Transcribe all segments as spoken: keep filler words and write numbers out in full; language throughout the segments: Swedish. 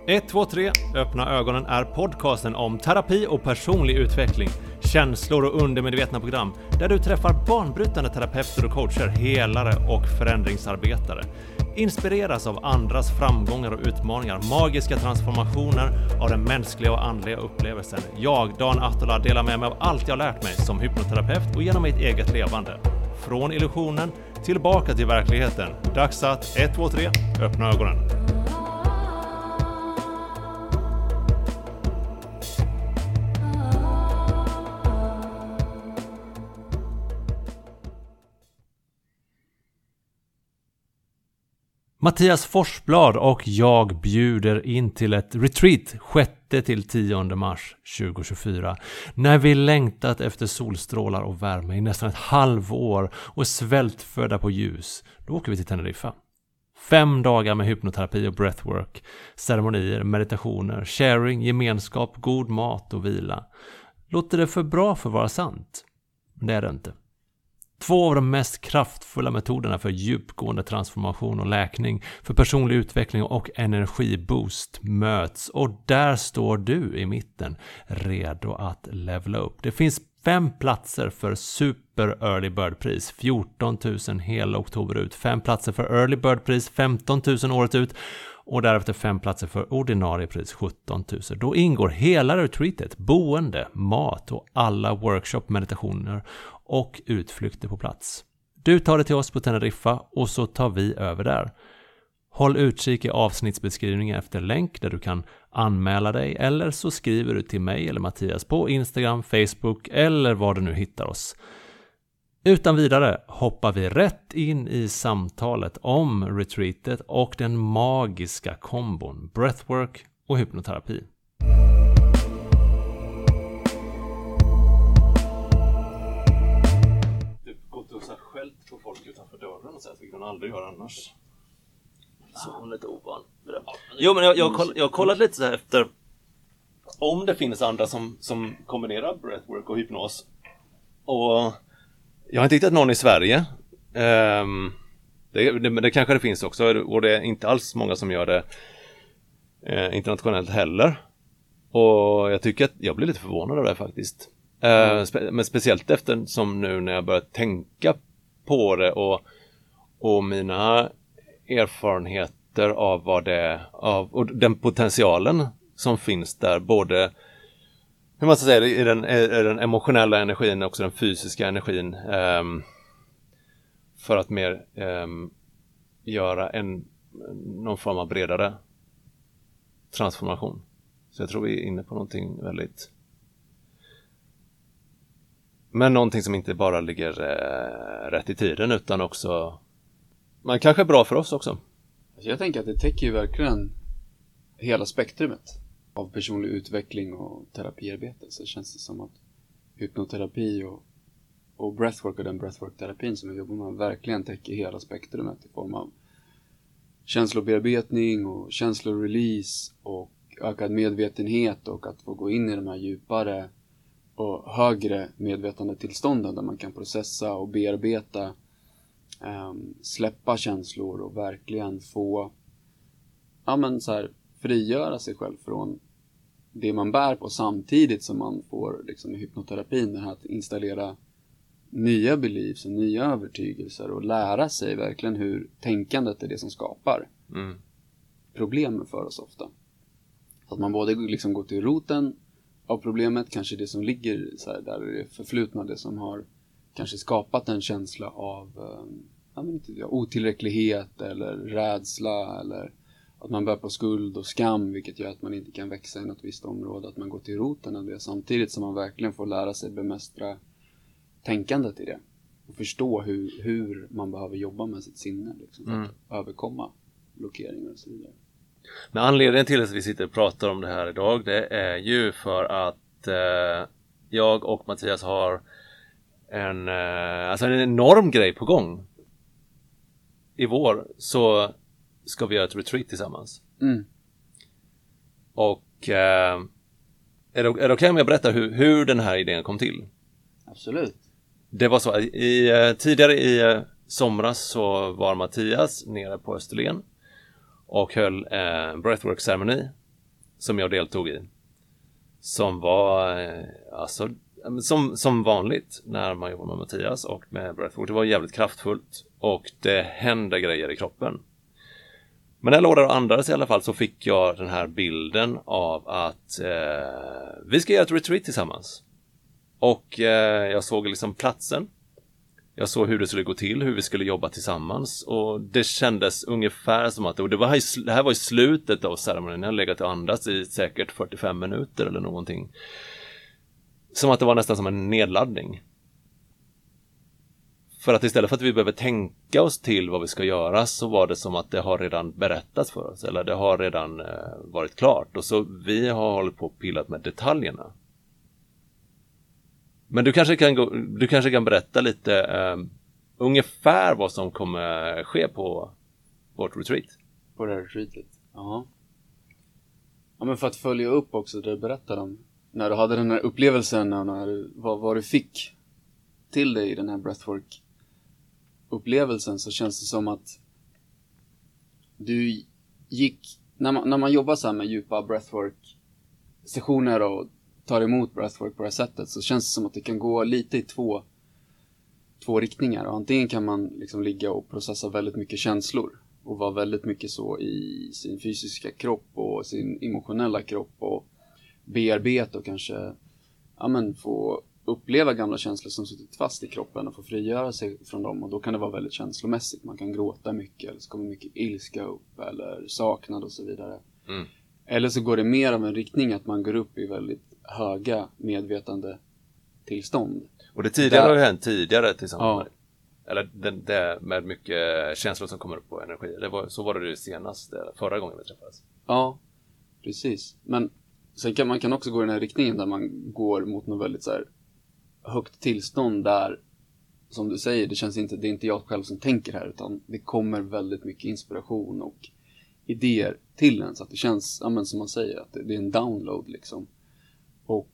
ett, två, tre, öppna ögonen är podcasten om terapi och personlig utveckling, känslor och undermedvetna program där du träffar banbrytande terapeuter och coacher, helare och förändringsarbetare. Inspireras av andras framgångar och utmaningar, magiska transformationer av den mänskliga och andliga upplevelsen. Jag, Dan Ahtola, delar med mig av allt jag lärt mig som hypnoterapeut och genom mitt eget levande. Från illusionen tillbaka till verkligheten. Dags att ett, två, tre, öppna ögonen. Mattias Forsblad och jag bjuder in till ett retreat sjätte till tionde mars tjugohundratjugofyra. När vi längtat efter solstrålar och värme i nästan ett halvår och svältfödda på ljus, då åker vi till Teneriffa. Fem dagar med hypnoterapi och breathwork, ceremonier, meditationer, sharing, gemenskap, god mat och vila. Låter det för bra för att vara sant? Det är det inte. Två av de mest kraftfulla metoderna för djupgående transformation och läkning, för personlig utveckling och energiboost möts, och där står du i mitten, redo att levela upp. Det finns fem platser för super early bird-pris, fjorton tusen hela oktober ut, fem platser för early bird-pris, femton tusen året ut, och därefter fem platser för ordinarie pris, sjutton tusen. Då ingår hela retreatet, boende, mat och alla workshop, meditationer och utflykter på plats. Du tar det till oss på Teneriffa och så tar vi över där. Håll utkik i avsnittsbeskrivningen efter länk där du kan anmäla dig, eller så skriver du till mig eller Mattias på Instagram, Facebook eller var du nu hittar oss. Utan vidare hoppar vi rätt in i samtalet om retreatet och den magiska kombon breathwork och hypnoterapi. Du gått och så skällt på folk utanför dörren och så här, vilket hon aldrig gör annars. Så hon är lite ovan med det. Jo, men jag, jag, koll, jag har kollat lite så här efter om det finns andra som, som kombinerar breathwork och hypnos. Och jag har inte hittat någon i Sverige. Um, det, det, det kanske det finns också. Och det är inte alls många som gör det eh, internationellt heller. Och jag tycker att jag blir lite förvånad av det faktiskt. Mm. Uh, spe, men speciellt efter som nu när jag börjar tänka på det. Och, och mina erfarenheter av vad det är. Av, och den potentialen som finns där. Både... hur man ska säga, i den, i den emotionella energin och också den fysiska energin um, för att mer um, göra en någon form av bredare transformation. Så jag tror vi är inne på någonting väldigt, men någonting som inte bara ligger uh, rätt i tiden utan också man kanske är bra för oss också. Jag tänker att det täcker ju verkligen hela spektrumet av personlig utveckling och terapiarbete. Så känns det som att hypnoterapi och, och breathwork och den breathwork-terapin som jag jobbar med verkligen täcker hela spektrumet i form av känslobearbetning och känslorelease och ökad medvetenhet och att få gå in i de här djupare och högre medvetandetillstånden där man kan processa och bearbeta, um, släppa känslor och verkligen få ja men så här frigöra sig själv från det man bär på, samtidigt som man får liksom i hypnoterapin den här att installera nya beliefs och nya övertygelser och lära sig verkligen hur tänkandet är det som skapar mm. problemen för oss ofta. Så att man både liksom går till roten av problemet, kanske det som ligger så här, där det är förflutna, det som har kanske skapat en känsla av um, jag vet inte, otillräcklighet eller rädsla eller att man bär på skuld och skam, vilket gör att man inte kan växa i något visst område. Att man går till roten av det, samtidigt som man verkligen får lära sig bemästra tänkandet i det. Och förstå hur, hur man behöver jobba med sitt sinne liksom, för mm. att överkomma blockeringar och så vidare. Men anledningen till att vi sitter och pratar om det här idag, det är ju för att eh, jag och Mattias har en, eh, alltså en enorm grej på gång. I vår så ska vi göra ett retreat tillsammans. Mm. Och eh, är det, är det okej om jag berättar hur, hur den här idén kom till? Absolut. Det var så, i, tidigare i somras så var Mattias nere på Österlen och höll en breathwork-ceremoni som jag deltog i. Som var eh, alltså som, som vanligt när man jobbar med Mattias och med breathwork. Det var jävligt kraftfullt och det hände grejer i kroppen. Men när jag låg där och andades i alla fall så fick jag den här bilden av att eh, vi ska göra ett retreat tillsammans. Och eh, jag såg liksom platsen. Jag såg hur det skulle gå till, hur vi skulle jobba tillsammans. Och det kändes ungefär som att och det, var i, det här var i slutet av ceremonin. Jag hade legat och andats i säkert fyrtiofem minuter eller någonting. Som att det var nästan som en nedladdning. För att istället för att vi behöver tänka oss till vad vi ska göra så var det som att det har redan berättats för oss. Eller det har redan eh, varit klart. Och så vi har hållit på och pillat med detaljerna. Men du kanske kan, gå, du kanske kan berätta lite eh, ungefär vad som kommer ske på vårt retreat. På det här retreatet? Ja. Ja, men för att följa upp också det du berättade om. När du hade den här upplevelsen, när du, vad, vad du fick till dig i den här breathwork-upplevelsen, så känns det som att du gick, när man, när man jobbar så här med djupa breathwork-sessioner och tar emot breathwork på det här sättet, så känns det som att det kan gå lite i två, två riktningar. Och antingen kan man liksom ligga och processa väldigt mycket känslor och vara väldigt mycket så i sin fysiska kropp och sin emotionella kropp och bearbeta och kanske ja, men få uppleva gamla känslor som suttit fast i kroppen och få frigöra sig från dem. Och då kan det vara väldigt känslomässigt. Man kan gråta mycket, eller så kommer mycket ilska upp eller saknad och så vidare. Mm. Eller så går det mer av en riktning att man går upp i väldigt höga medvetande tillstånd. Och det tidigare har ju hänt tidigare tillsammans ja. med dig. Eller det, det med mycket känslor som kommer upp på energi. Det var, så var det ju senast, förra gången vi träffades. Ja, precis. Men sen kan man kan också gå i den här riktningen där man går mot något väldigt så här högt tillstånd där, som du säger, det känns inte, det är inte jag själv som tänker här, utan det kommer väldigt mycket inspiration och idéer till en, så att det känns, ja, men som man säger, att det, det är en download liksom. Och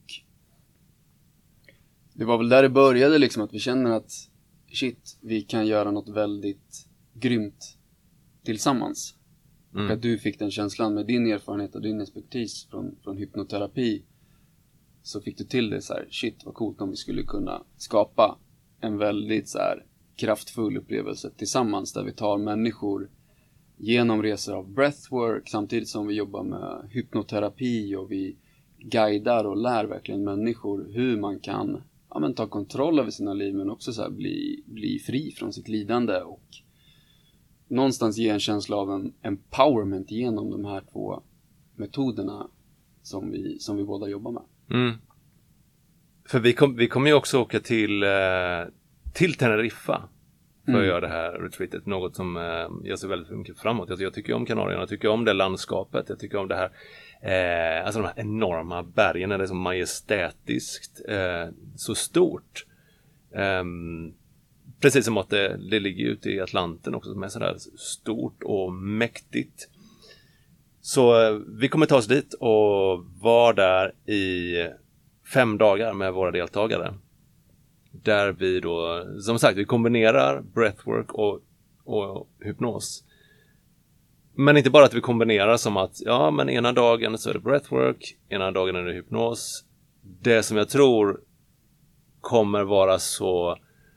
det var väl där det började liksom, att vi känner att shit, vi kan göra något väldigt grymt tillsammans. Mm. Och att du fick den känslan med din erfarenhet och din expertis från, från hypnoterapi, så fick du till det så här, shit vad coolt om vi skulle kunna skapa en väldigt så här kraftfull upplevelse tillsammans, där vi tar människor genom resor av breathwork samtidigt som vi jobbar med hypnoterapi, och vi guidar och lär verkligen människor hur man kan ja, men ta kontroll över sina liv, men också så här bli, bli fri från sitt lidande och någonstans ge en känsla av en empowerment genom de här två metoderna som vi, som vi båda jobbar med. Mm. För vi, kom, vi kommer ju också åka till, eh, till Teneriffa för mm. att göra det här retreatet. Något som eh, jag ser väldigt mycket framåt. Jag, jag tycker om Kanarierna, jag tycker om det landskapet, jag tycker om det här eh, alltså de här enorma bergen, det är så majestätiskt, eh, så stort. Eh, precis som att det, det ligger ute i Atlanten också, som är sådär stort och mäktigt. Så eh, vi kommer ta oss dit och vara där i fem dagar med våra deltagare. Där vi då, som sagt, vi kombinerar breathwork och, och hypnos. Men inte bara att vi kombinerar som att, ja men ena dagen så är det breathwork, ena dagen är det hypnos. Det som jag tror kommer vara så...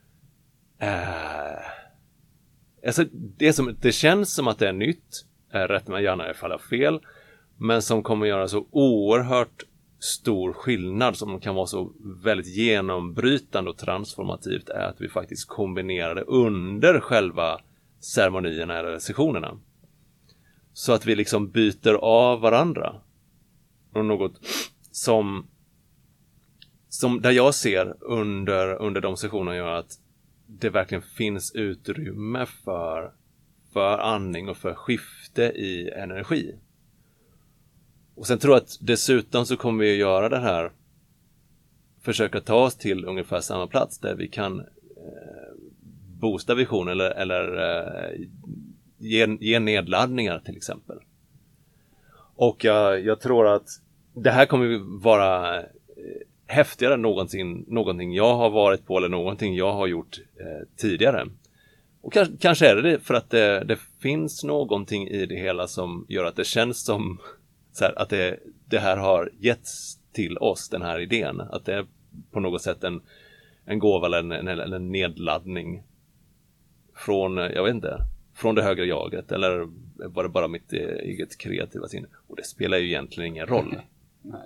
Eh, alltså det, som, det känns som att det är nytt, är rätt med gärna ifall jag har fel, men som kommer göra så oerhört stor skillnad, som kan vara så väldigt genombrytande och transformativt, är att vi faktiskt kombinerar det under själva ceremonierna eller sessionerna. Så att vi liksom byter av varandra. Och något som, som där jag ser under, under de sessionerna gör att det verkligen finns utrymme för, för andning och för skifte i energi. Och sen tror jag att dessutom så kommer vi att göra det här, försöka ta oss till ungefär samma plats där vi kan eh, boosta vision eller, eller eh, ge, ge nedladdningar till exempel. Och jag, jag tror att det här kommer vara eh, häftigare än någonsin, någonting jag har varit på eller någonting jag har gjort eh, tidigare. Och kanske, kanske är det för att det, det finns någonting i det hela som gör att det känns som så här, att det, det här har getts till oss, den här idén. Att det är på något sätt en, en gåva eller en, en, eller en nedladdning från, jag vet inte, från det högre jaget, eller var det bara mitt eget kreativa sinne? Och det spelar ju egentligen ingen roll. Nej.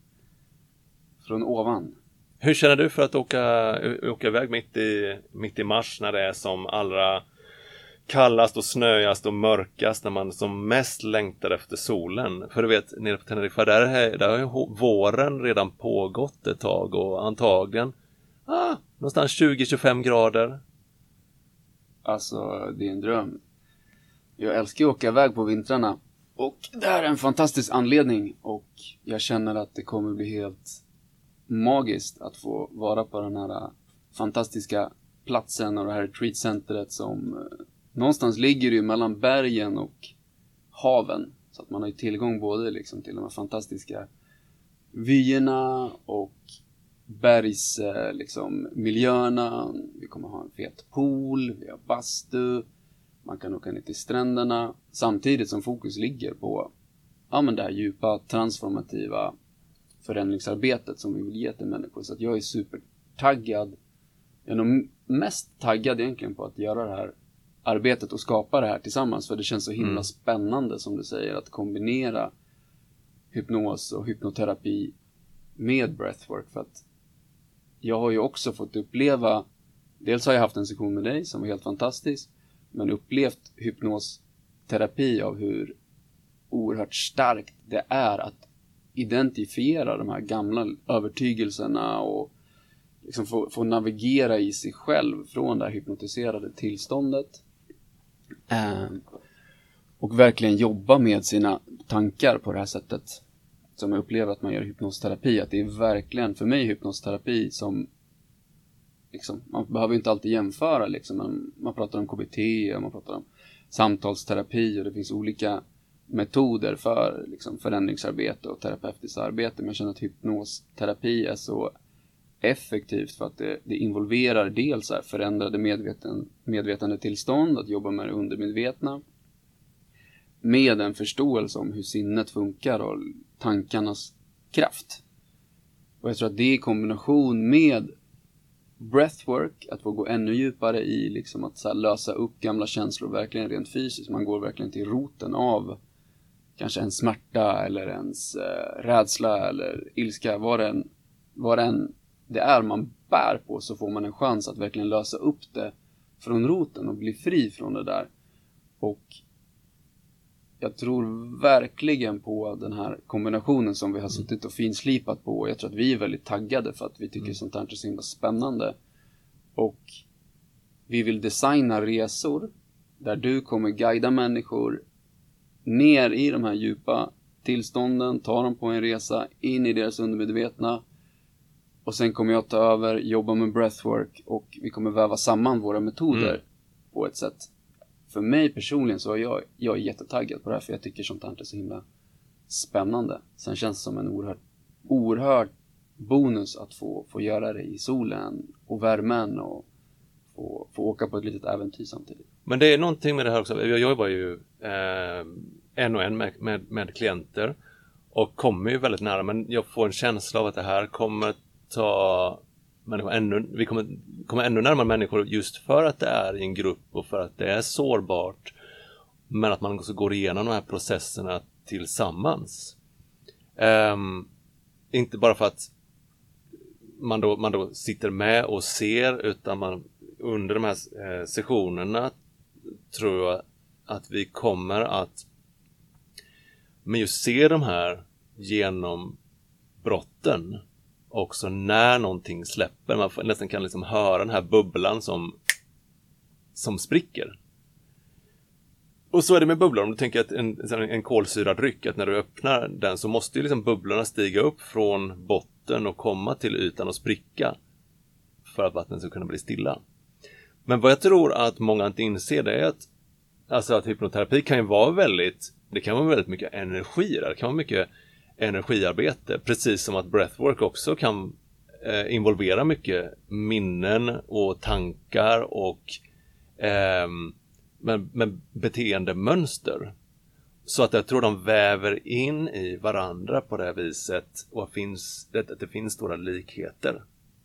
Från ovan. Hur känner du för att åka, åka iväg mitt i, mitt i mars när det är som allra kallast och snöigast och mörkast, när man som mest längtar efter solen? För du vet, nere på Teneriffa, där, där har ju våren redan pågått ett tag, och antagligen ah, någonstans tjugo till tjugofem grader. Alltså, det är en dröm. Jag älskar att åka iväg på vintrarna, och det här är en fantastisk anledning, och jag känner att det kommer bli helt magiskt att få vara på den här fantastiska platsen och det här retreatcentret som eh, någonstans ligger ju mellan bergen och haven, så att man har ju tillgång både liksom till de här fantastiska vyerna och bergs eh, liksom miljöerna. Vi kommer ha en fet pool, vi har bastu, man kan åka ner till stränderna, samtidigt som fokus ligger på ja, men det här djupa transformativa förändringsarbetet som vi vill ge till människor. Så att jag är supertaggad. Jag är nog mest taggad egentligen på att göra det här arbetet och skapa det här tillsammans, för det känns så himla mm. spännande, som du säger, att kombinera hypnos och hypnoterapi med breathwork. För att jag har ju också fått uppleva, dels har jag haft en session med dig som var helt fantastisk, men upplevt hypnosterapi av hur oerhört starkt det är att identifiera de här gamla övertygelserna och liksom få, få navigera i sig själv från det här hypnotiserade tillståndet. Eh, och verkligen jobba med sina tankar på det här sättet som jag upplever att man gör hypnosterapi. Att det är verkligen för mig hypnosterapi som liksom, man behöver inte alltid jämföra liksom. man, man pratar om K B T och man pratar om samtalsterapi, och det finns olika metoder för liksom, förändringsarbete och terapeutiskt arbete, men jag känner att hypnosterapi är så effektivt för att det, det involverar dels här förändrade medveten, medvetande tillstånd, att jobba med det undermedvetna med en förståelse om hur sinnet funkar och tankarnas kraft. Och jag tror att det i kombination med breathwork, att få gå ännu djupare i liksom att så här, lösa upp gamla känslor verkligen rent fysiskt, man går verkligen till roten av kanske en smärta eller ens eh, rädsla eller ilska, vad det, än, vad det än det är man bär på, så får man en chans att verkligen lösa upp det från roten och bli fri från det där. Och jag tror verkligen på den här kombinationen som vi har suttit och finslipat på, och jag tror att vi är väldigt taggade för att vi tycker mm. sånt här är så himla spännande. Och vi vill designa resor där du kommer guida människor ner i de här djupa tillstånden, ta dem på en resa in i deras undermedvetna, och sen kommer jag ta över, jobba med breathwork, och vi kommer väva samman våra metoder mm. på ett sätt. För mig personligen så är jag, jag är jättetaggad på det här, för jag tycker sånt här är så himla spännande. Sen känns det som en oerhörd, oerhörd bonus att få, få göra det i solen och värmen och få, få åka på ett litet äventyr samtidigt. Men det är någonting med det här också. Jag jobbar ju eh, en och en med, med, med klienter och kommer ju väldigt nära, men jag får en känsla av att det här kommer ta människor ännu, vi kommer, kommer ännu närmare människor, just för att det är i en grupp och för att det är sårbart, men att man också går igenom de här processerna tillsammans. Um, inte bara för att man då, man då sitter med och ser, utan man under de här eh, sessionerna tror jag att vi kommer att men just se de här genom brotten också, när någonting släpper. Man nästan kan liksom höra den här bubblan som som spricker. Och så är det med bubblan. Om du tänker att en, en kolsyrad dryck, att när du öppnar den så måste ju liksom bubblorna stiga upp från botten och komma till ytan och spricka för att vattnet ska kunna bli stilla. Men vad jag tror att många inte inser, det är att alltså att hypnoterapi kan ju vara väldigt, det kan vara väldigt mycket energi där. Det kan vara mycket energiarbete, precis som att breathwork också kan eh, involvera mycket minnen och tankar och eh, med, med beteendemönster. så att jag tror de väver in i varandra på det här viset och finns, det, att det finns stora likheter.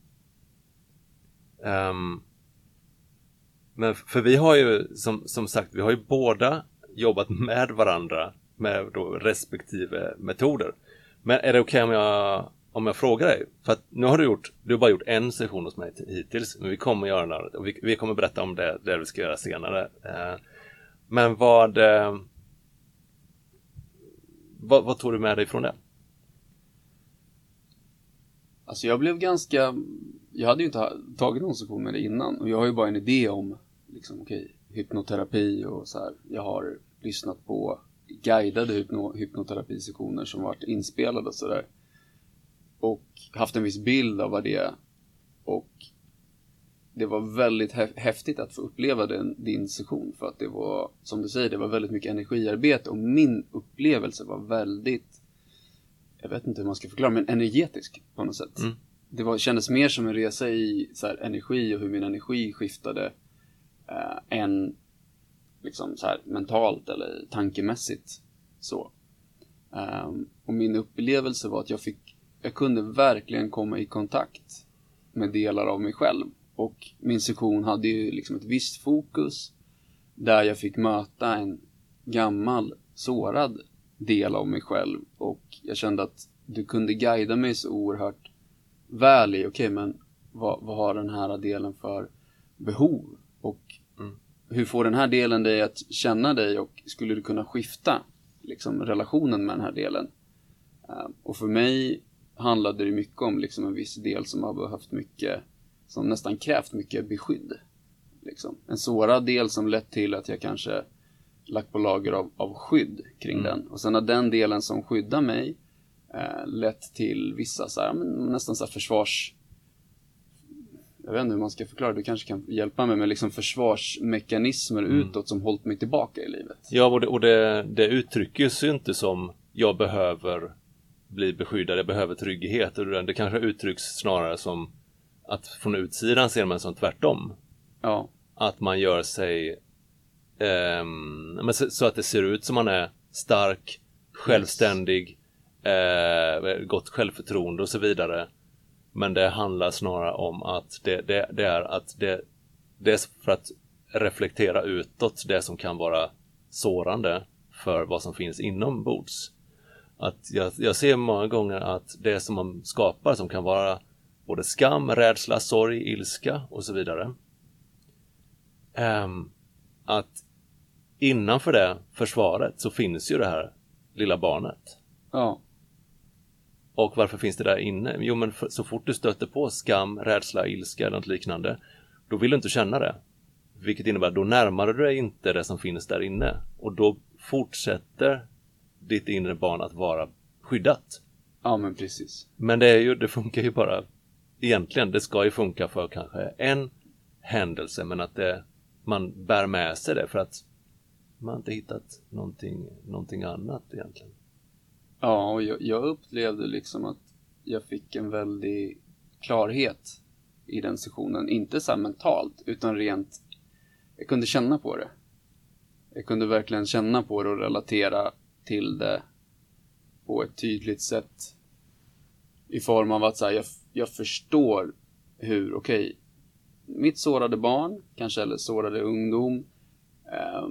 Um, men för vi har ju som, som sagt, vi har ju båda jobbat med varandra med då respektive metoder. Men är det okej okay om jag om jag frågar dig? För att nu har du gjort, du har bara gjort en session hos mig hittills, men vi kommer göra något och vi, vi kommer berätta om det, det vi ska göra senare. Uh, men vad, uh, vad vad tog du med dig från det? Alltså jag blev ganska, jag hade ju inte tagit någon session med det innan och jag har ju bara en idé om liksom okej, okay, hypnoterapi och så här. Jag har lyssnat på guidade hypno, hypnoterapisessioner som varit inspelade och sådär. Och haft en viss bild av vad det är. Och det var väldigt häftigt att få uppleva den, din session. För att det var, som du säger, det var väldigt mycket energiarbete. Och min upplevelse var väldigt, jag vet inte hur man ska förklara, men energetisk på något sätt. Mm. Det var, kändes mer som en resa i så här, energi och hur min energi skiftade. Eh, än liksom så här mentalt eller tankemässigt så. Um, och min upplevelse var att jag fick, jag kunde verkligen komma i kontakt med delar av mig själv. Och min session hade ju liksom ett visst fokus där jag fick möta en gammal sårad del av mig själv. Och jag kände att du kunde guida mig så oerhört väl i, okej, okay, men vad, vad har den här delen för behov? Och mm. hur får den här delen dig att känna dig, och skulle du kunna skifta liksom relationen med den här delen? Uh, och för mig handlade det mycket om liksom en viss del som har behövt mycket, som nästan krävt mycket beskydd. Liksom. En sårad del som lett till att jag kanske lagt på lager av, av skydd kring mm. den. Och sen har den delen som skyddar mig uh, lett till vissa så här, men, nästan så här försvars... Jag vet inte hur man ska förklara, du kanske kan hjälpa mig med liksom försvarsmekanismer mm. utåt som hållit mig tillbaka i livet. Ja, och det, och det, det uttrycker ju inte som jag behöver bli beskyddad, jag behöver trygghet. Det kanske uttrycks snarare som att från utsidan ser man som tvärtom. Ja. Att man gör sig eh, så, så att det ser ut som man är stark, självständig, yes. eh, gott självförtroende och så vidare. Men det handlar snarare om att det, det, det är att det, det är för att reflektera utåt det som kan vara sårande för vad som finns inombords. Att jag, jag ser många gånger att det som man skapar, som kan vara både skam, rädsla, sorg, ilska och så vidare. Um, att innanför det försvaret så finns ju det här lilla barnet. Ja. Och varför finns det där inne? Jo, men för, så fort du stöter på skam, rädsla, ilska eller något liknande, då vill du inte känna det. Vilket innebär att då närmar du dig inte det som finns där inne. Och då fortsätter ditt inre barn att vara skyddat. Ja, men precis. Men det, är ju, det funkar ju bara, egentligen, det ska ju funka för kanske en händelse, men att det, man bär med sig det för att man inte hittat någonting, någonting annat egentligen. Ja, och jag, jag upplevde liksom att jag fick en väldig klarhet i den sessionen. Inte så här mentalt, utan rent, jag kunde känna på det. Jag kunde verkligen känna på det och relatera till det på ett tydligt sätt. I form av att så här, jag, jag förstår hur, okej, okay, mitt sårade barn, kanske eller sårade ungdom, eh,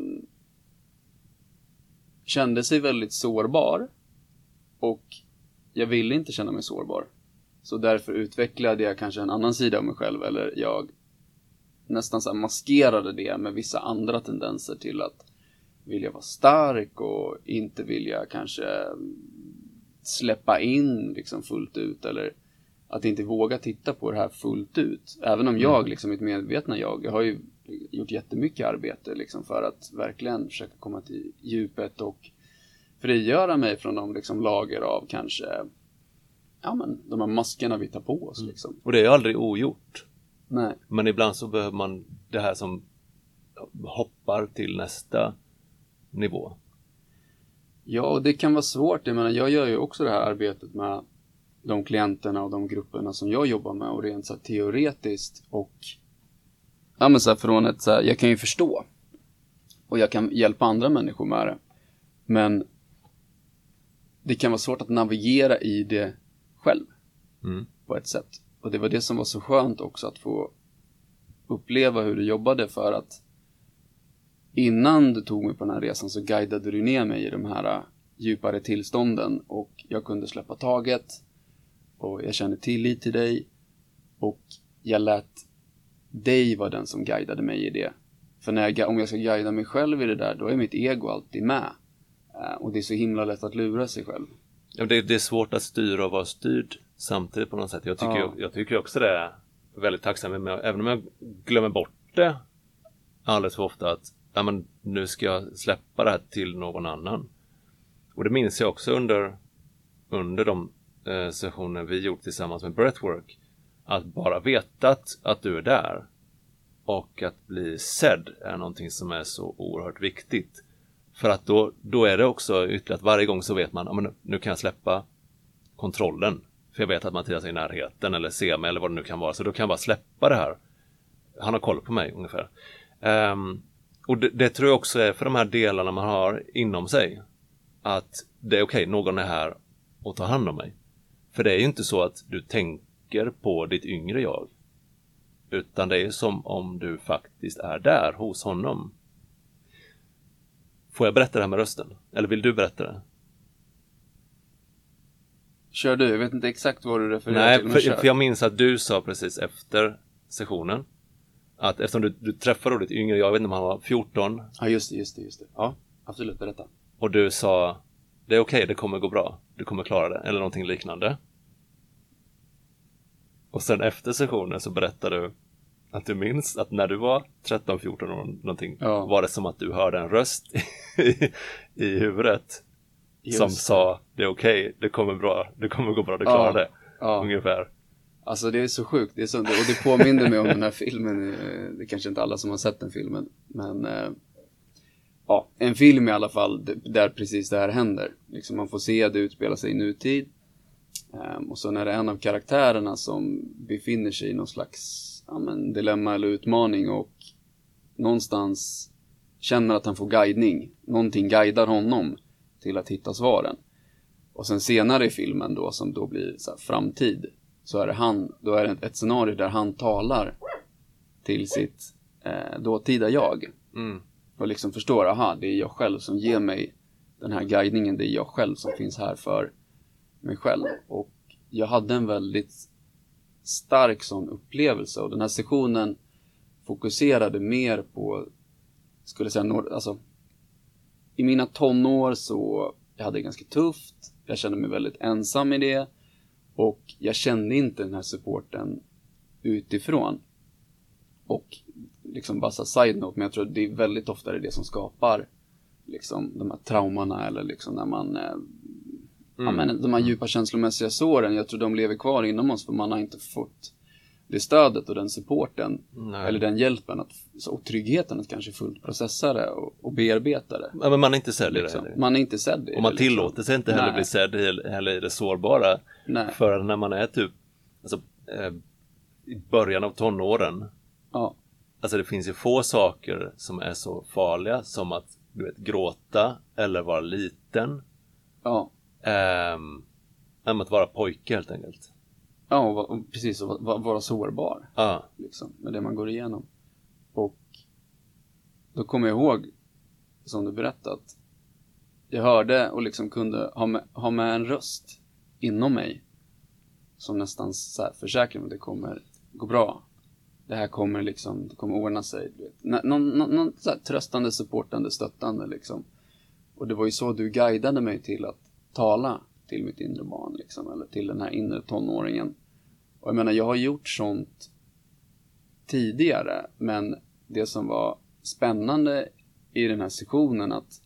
kände sig väldigt sårbar. Och jag ville inte känna mig sårbar. Så därför utvecklade jag kanske en annan sida av mig själv. Eller jag nästan så här maskerade det med vissa andra tendenser till att vilja vara stark och inte vilja kanske släppa in liksom fullt ut. Eller att inte våga titta på det här fullt ut. Även om jag, liksom mitt medvetna jag, jag har ju gjort jättemycket arbete liksom för att verkligen försöka komma till djupet och frigöra mig från de liksom lager av kanske, ja men de här maskerna vi tar på oss liksom. Och det är ju aldrig ogjort. Nej. Men ibland så behöver man det här som hoppar till nästa nivå. Ja, och det kan vara svårt. Jag menar, jag gör ju också det här arbetet med de klienterna och de grupperna som jag jobbar med, och rent så här teoretiskt och ja men så här från ett så här, jag kan ju förstå och jag kan hjälpa andra människor med det. Men det kan vara svårt att navigera i det själv Mm. på ett sätt. Och det var det som var så skönt också, att få uppleva hur du jobbade, för att innan du tog mig på den här resan så guidade du ner mig i de här djupare tillstånden, och jag kunde släppa taget och jag kände tillit till dig, och jag lät dig vara den som guidade mig i det. För när jag, om jag ska guida mig själv i det där, då är mitt ego alltid med. Och det är så himla lätt att lura sig själv. Ja, det, det är svårt att styra och vara styrd samtidigt på något sätt. Jag tycker, Ja. jag, jag tycker också det är väldigt tacksam med, även om jag glömmer bort det alldeles för ofta, att ja, men nu ska jag släppa det här till någon annan. Och det minns jag också under, under de eh, sessioner vi gjort tillsammans med Breathwork. Att bara veta att, att du är där och att bli sedd är någonting som är så oerhört viktigt. För att då, då är det också ytterligare att varje gång så vet man, ja, men nu kan jag släppa kontrollen. För jag vet att Mattias är i närheten eller ser mig eller vad det nu kan vara. Så då kan jag bara släppa det här. Han har koll på mig ungefär. Um, och det, det tror jag också är för de här delarna man har inom sig. Att det är okej, okay, någon är här och tar hand om mig. För det är ju inte så att du tänker på ditt yngre jag. Utan det är som om du faktiskt är där hos honom. Får jag berätta det här med rösten? Eller vill du berätta det? Kör du, jag vet inte exakt vad du refererar Nej, till. Nej, för, för jag minns att du sa precis efter sessionen att eftersom du, du träffade ditt yngre, jag vet inte om han var fjorton. Ja, just det, just det, just det. Ja, absolut, berätta. Och du sa, det är okej, okay, det kommer gå bra. Du kommer klara det, eller någonting liknande. Och sen efter sessionen så berättade du att du minns att när du var tretton fjorton år någonting, ja. Var det som att du hörde en röst i, i huvudet. Just som det. Sa, det är okej, okay, det kommer bra, det kommer gå bra, du klarar ja. Det. Ja. Ungefär. Alltså det är så sjukt, det är så, och det påminner mig om den här filmen. Det är kanske inte alla som har sett den filmen, men ja, en film i alla fall där precis det här händer. Liksom man får se det utspela sig i nutid. Och så är det en av karaktärerna som befinner sig i någon slags ja, men, dilemma eller utmaning, och någonstans känner att han får guidning. Någonting guidar honom till att hitta svaren. Och sen senare i filmen då, som då blir så här, framtid, så är det han, då är det ett scenario där han talar till sitt eh, dåtida jag. Mm. Och liksom förstår, aha, det är jag själv som ger mig den här guidningen, det är jag själv som finns här för mig själv. Och jag hade en väldigt stark sån upplevelse, och den här sessionen fokuserade mer på, skulle jag säga, alltså i mina tonår så jag hade det ganska tufft, jag kände mig väldigt ensam i det, och jag kände inte den här supporten utifrån. Och liksom bara så side note, men jag tror att det är väldigt ofta det som skapar liksom de här traumorna, eller liksom när man eh, mm. ja, men de här djupa känslomässiga såren, jag tror de lever kvar inom oss för man har inte fått det stödet och den supporten. Nej. Eller den hjälpen att, och tryggheten att kanske fullt processa det och, och bearbeta det. Ja, men man är inte sedd i liksom. det. Man är inte sedd i och man det, tillåter liksom. sig inte heller Nej. bli sedd heller i det sårbara. Nej. För när man är typ alltså, eh, i början av tonåren. Ja. Alltså det finns ju få saker som är så farliga som att du vet, gråta eller vara liten. Ja. Ehm, än att vara pojke helt enkelt. Ja, och, och precis, och vara, vara sårbar. Ja. Liksom, med det man går igenom. Och då kommer jag ihåg, som du berättat, jag hörde och liksom kunde ha med, ha med en röst inom mig som nästan så här försäkrar mig att det kommer gå bra. Det här kommer liksom, det kommer ordna sig. Du vet. Någon, någon, någon så här tröstande, supportande, stöttande liksom. Och det var ju så du guidade mig till att tala till mitt inre barn liksom, eller till den här inre tonåringen. Och jag menar, jag har gjort sånt tidigare, men det som var spännande i den här sessionen att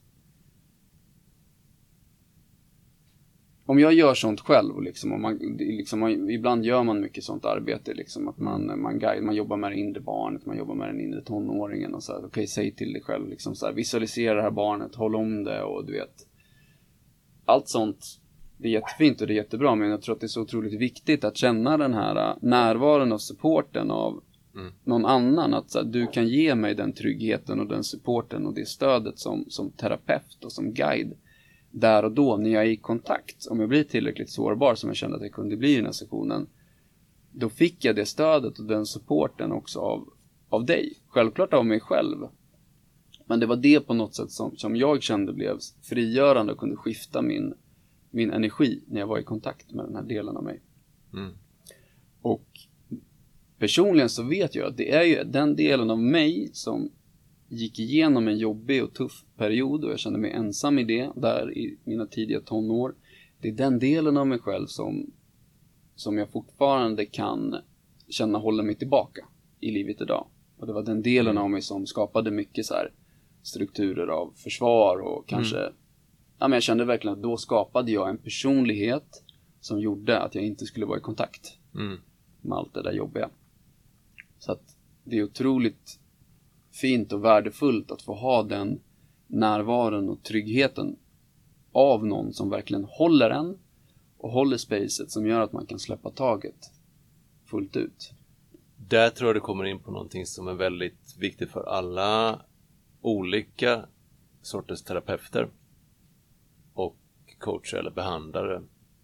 om jag gör sånt själv liksom, och man, liksom, man, ibland gör man mycket sånt arbete liksom, att man, man, guide, man jobbar med det inre barnet, man jobbar med den inre tonåringen och så här, okej, okay, säg till dig själv liksom, så här, visualisera det här barnet, håll om det och du vet, allt sånt, det är jättefint och det är jättebra, men jag tror att det är så otroligt viktigt att känna den här närvaron och supporten av mm. någon annan, att så här, du kan ge mig den tryggheten och den supporten och det stödet som, som terapeut och som guide där och då när jag är i kontakt, om jag blir tillräckligt sårbar som jag kände att jag kunde bli i den här sessionen, då fick jag det stödet och den supporten också av, av dig. Självklart av mig själv. Men det var det på något sätt som, som jag kände blev frigörande och kunde skifta min, min energi när jag var i kontakt med den här delen av mig. Mm. Och personligen så vet jag att det är ju den delen av mig som gick igenom en jobbig och tuff period och jag kände mig ensam i det där i mina tidiga tonår. Det är den delen av mig själv som, som jag fortfarande kan känna håller mig tillbaka i livet idag. Och det var den delen av mig som skapade mycket så här strukturer av försvar och kanske, mm. ja men jag kände verkligen att då skapade jag en personlighet som gjorde att jag inte skulle vara i kontakt mm. med allt det där jobbiga. Så att det är otroligt fint och värdefullt att få ha den närvaron och tryggheten av någon som verkligen håller en och håller spacet som gör att man kan släppa taget fullt ut. Där tror jag det kommer in på någonting som är väldigt viktigt för alla olika sorters terapeuter och coacher eller behandlare.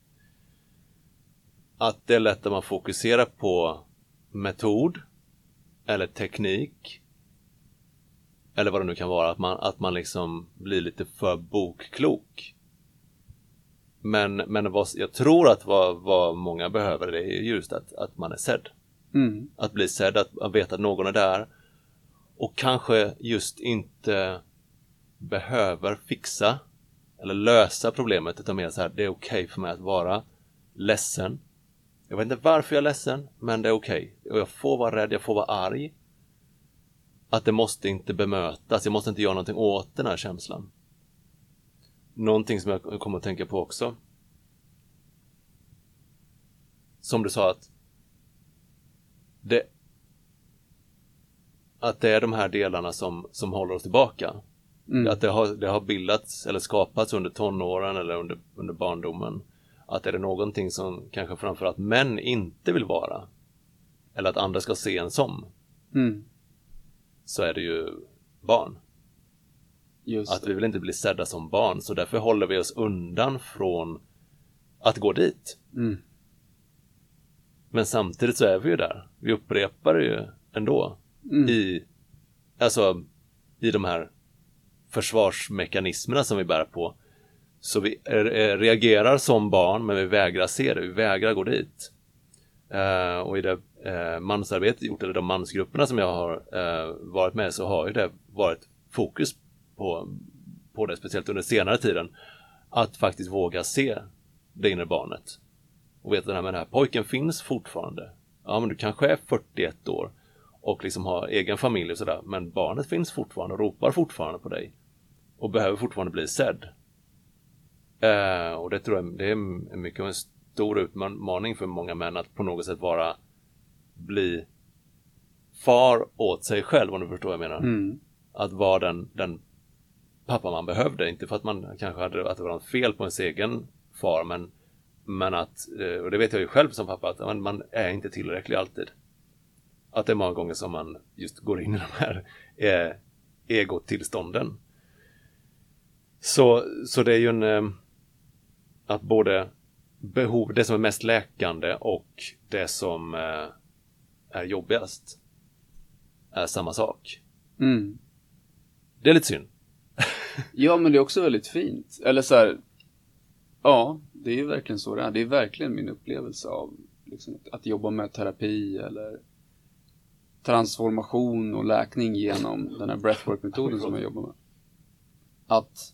Att det är lätt att man fokuserar på metod eller teknik eller vad det nu kan vara, att man, att man liksom blir lite för bokklok. Men, men vad, jag tror att vad, vad många behöver det är just att, att man är sedd. Mm. Att bli sedd, att, att veta att någon är där och kanske just inte behöver fixa eller lösa problemet utan mer så här, det är okej för mig att vara ledsen. Jag vet inte varför jag är ledsen, men det är okej. Och jag får vara rädd, jag får vara arg. Att det måste inte bemötas, jag måste inte göra någonting åt den här känslan. Någonting som jag kommer att tänka på också. Som du sa att det, att det är de här delarna som, som håller oss tillbaka. Mm. Att det har, det har bildats eller skapats under tonåren eller under, under barndomen. Att är det någonting som kanske framförallt män inte vill vara eller att andra ska se en som mm. så är det ju barn. Just att vi vill inte bli sedda som barn, så därför håller vi oss undan från att gå dit. Mm. Men samtidigt så är vi ju där. Vi upprepar det ju ändå mm. i, alltså, i de här försvarsmekanismerna som vi bär på. Så vi reagerar som barn, men vi vägrar se det. Vi vägrar gå dit. Uh, och i det uh, mansarbetet gjort, eller de mansgrupperna som jag har uh, varit med, så har ju det varit fokus på, på det, speciellt under senare tiden. Att faktiskt våga se det inre barnet. Och veta att den här pojken finns fortfarande. Ja, men du kanske är fyrtioett år och liksom har egen familj och sådär. Men barnet finns fortfarande och ropar fortfarande på dig. Och behöver fortfarande bli sedd. Uh, och det tror jag det är mycket en stor utmaning för många män att på något sätt vara bli far åt sig själv, om du förstår vad jag menar. Mm. Att vara den, den pappa man behövde, inte för att man kanske hade att det var något fel på ens egen far, men, men att, och det vet jag ju själv som pappa, att man, man är inte tillräcklig alltid. Att det är många gånger som man just går in i de här eh, egotillstånden. Så, så det är ju en eh, att både behov, det som är mest läkande och det som eh, är jobbigast är samma sak. Mm. Det är lite synd. Ja, men det är också väldigt fint. Eller så här, ja, det är ju verkligen så det är. Det är verkligen min upplevelse av liksom, att jobba med terapi eller transformation och läkning genom den här breathwork-metoden som jag jobbar med. Att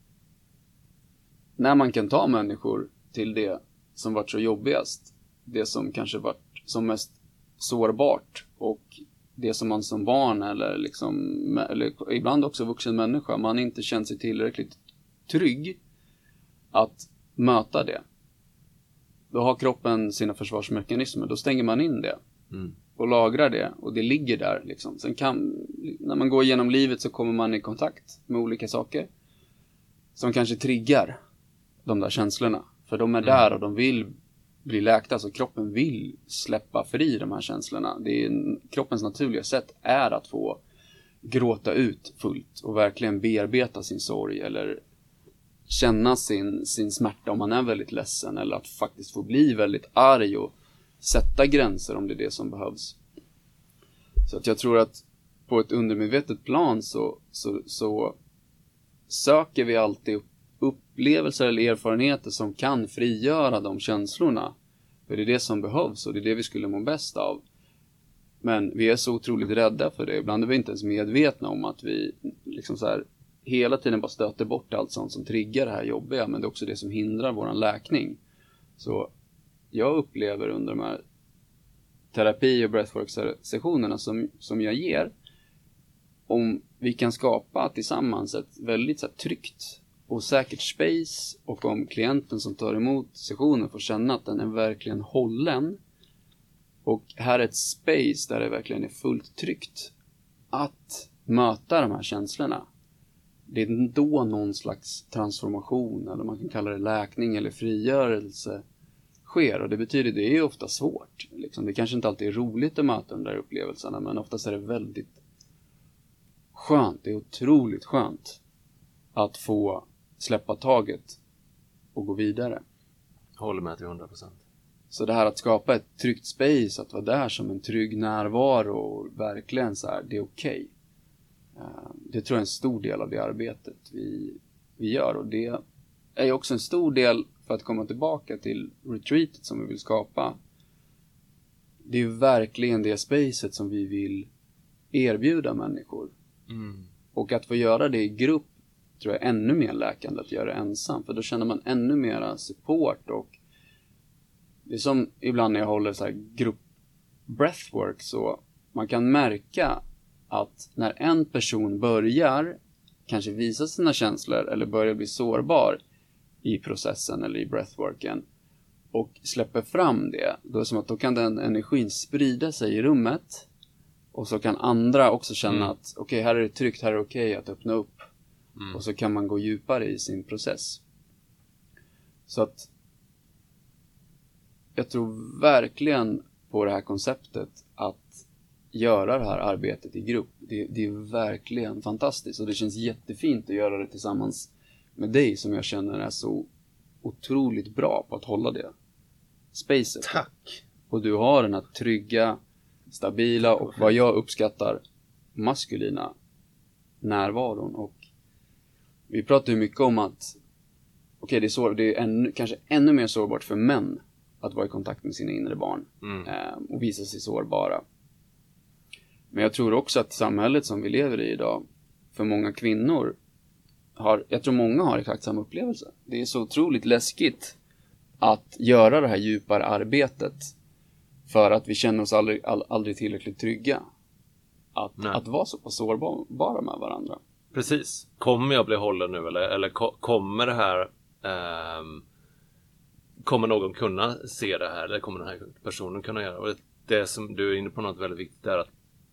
när man kan ta människor till det som varit så jobbigast, det som kanske varit som mest sårbart och det som man som barn eller, liksom, eller ibland också vuxen människa, man inte känt sig tillräckligt trygg att möta det. Då har kroppen sina försvarsmekanismer, då stänger man in det mm. och lagrar det, och det ligger där liksom. Sen kan, när man går igenom livet så kommer man i kontakt med olika saker som kanske triggar de där känslorna, för de är mm. där och de vill bli läkta, så kroppen vill släppa fri de här känslorna. Det är, kroppens naturliga sätt är att få gråta ut fullt och verkligen bearbeta sin sorg eller känna sin, sin smärta om man är väldigt ledsen, eller att faktiskt få bli väldigt arg och sätta gränser om det är det som behövs. Så att jag tror att på ett undermedvetet plan så, så, så söker vi alltid upp upplevelser eller erfarenheter som kan frigöra de känslorna. För det är det som behövs och det är det vi skulle må bäst av. Men vi är så otroligt rädda för det. Ibland är vi inte ens medvetna om att vi liksom så här hela tiden bara stöter bort allt sånt som triggar det här jobbiga. Men det är också det som hindrar våran läkning. Så jag upplever under de här terapi- och breathwork-sessionerna som, som jag ger, om vi kan skapa tillsammans ett väldigt så här, tryggt och säkert space, och om klienten som tar emot sessionen får känna att den är verkligen hållen, och här är ett space där det verkligen är fullt tryggt att möta de här känslorna, det är då någon slags transformation, eller man kan kalla det läkning eller frigörelse, sker. Och det betyder, det är ju ofta svårt liksom. Det kanske inte alltid är roligt att möta de där upplevelserna, men oftast är det väldigt skönt, det är otroligt skönt att få släppa taget och gå vidare. Håller med till hundra procent. Så det här att skapa ett tryggt space, att vara där som en trygg närvaro och verkligen så här, det är okej. Okay. Det tror jag är en stor del av det arbetet vi, vi gör, och det är också en stor del för att komma tillbaka till retreatet som vi vill skapa. Det är verkligen det spacet som vi vill erbjuda människor. Mm. Och att få göra det i grupp tror jag är ännu mer läkande att göra det ensam. För då känner man ännu mera support. Och det är som ibland när jag håller så här grupp breathwork, så man kan märka att när en person börjar kanske visa sina känslor eller börjar bli sårbar i processen eller i breathworken och släpper fram det, då är det som att då kan den energin sprida sig i rummet, och så kan andra också känna mm. att okej, okay, här är det tryggt, här är det okej okay att öppna upp. Mm. Och så kan man gå djupare i sin process. Så att jag tror verkligen på det här konceptet att göra det här arbetet i grupp. Det, det är verkligen fantastiskt, och det känns jättefint att göra det tillsammans med dig som jag känner är så otroligt bra på att hålla det spacet. Tack! Och du har den här trygga, stabila och vad jag uppskattar maskulina närvaron. Och vi pratar ju mycket om att okej, okay, det är, så, det är ännu, kanske ännu mer sårbart för män att vara i kontakt med sina inre barn mm. eh, och visa sig sårbara. Men jag tror också att samhället som vi lever i idag, för många kvinnor har, jag tror många har exakt samma upplevelse. Det är så otroligt läskigt att göra det här djupare arbetet, för att vi känner oss aldrig, all, aldrig tillräckligt trygga att, att vara så pass sårbara med varandra. Precis. Kommer jag bli hållen nu, eller, eller ko- kommer det här um, kommer någon kunna se det här, eller kommer den här personen kunna göra? Och det som du är inne på, något väldigt viktigt är att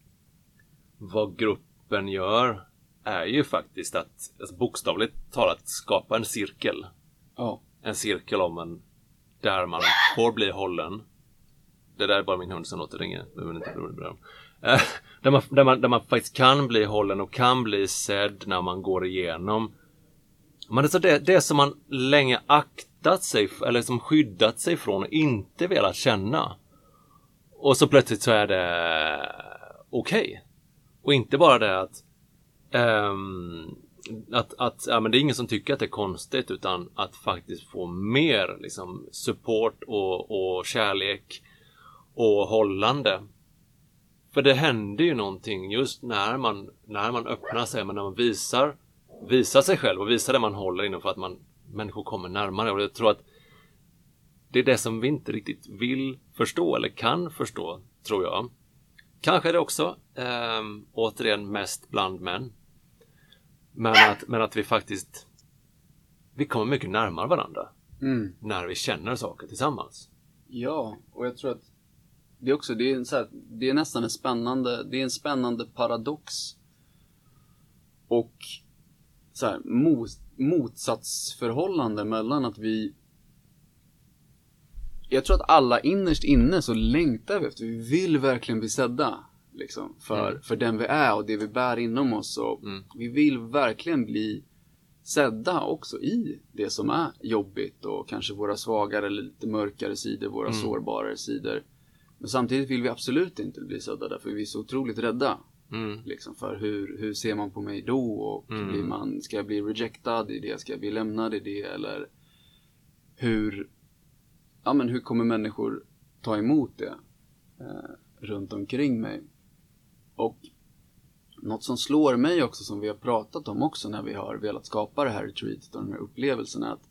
vad gruppen gör är ju faktiskt att, alltså bokstavligt talat, skapa en cirkel. Oh. En cirkel om en, där man får bli hållen. Det där är bara min hund som låter ringa. Inte uh, där, man, där, man, där man faktiskt kan bli hållen och kan bli sedd när man går igenom. Men det, det, det som man länge aktat sig, eller som skyddat sig från och inte velat känna. Och så plötsligt så är det okej. Okay. Och inte bara det att um, att, att ja, men det är ingen som tycker att det är konstigt, utan att faktiskt få mer liksom, support och, och kärlek och hållande. För det händer ju någonting just när man, när man öppnar sig, men när man visar, visar sig själv och visar det man håller inom, för att man, människor kommer närmare. Och jag tror att det är det som vi inte riktigt vill förstå eller kan förstå, tror jag. Kanske är det också eh, återigen mest bland män. Men att, men att vi faktiskt vi kommer mycket närmare varandra mm. när vi känner saker tillsammans. Ja, och jag tror att det är också det är, en så här, det är nästan en spännande det är en spännande paradox och så här, mot, motsatsförhållande mellan att vi jag tror att alla innerst inne så längtar vi efter, vi vill verkligen bli sedda liksom, för, mm. för den vi är och det vi bär inom oss, och mm. vi vill verkligen bli sedda också i det som är jobbigt och kanske våra svagare, lite mörkare sidor, våra mm. sårbarare sidor. Men samtidigt vill vi absolut inte bli sedda därför vi är så otroligt rädda. Mm. Liksom för hur, hur ser man på mig då och mm. blir man, ska jag bli rejectad i det, ska jag bli lämnad i det, eller hur, ja, men hur kommer människor ta emot det eh, runt omkring mig. Och något som slår mig också, som vi har pratat om också när vi har velat skapa det här retreatet och den här upplevelsen, är att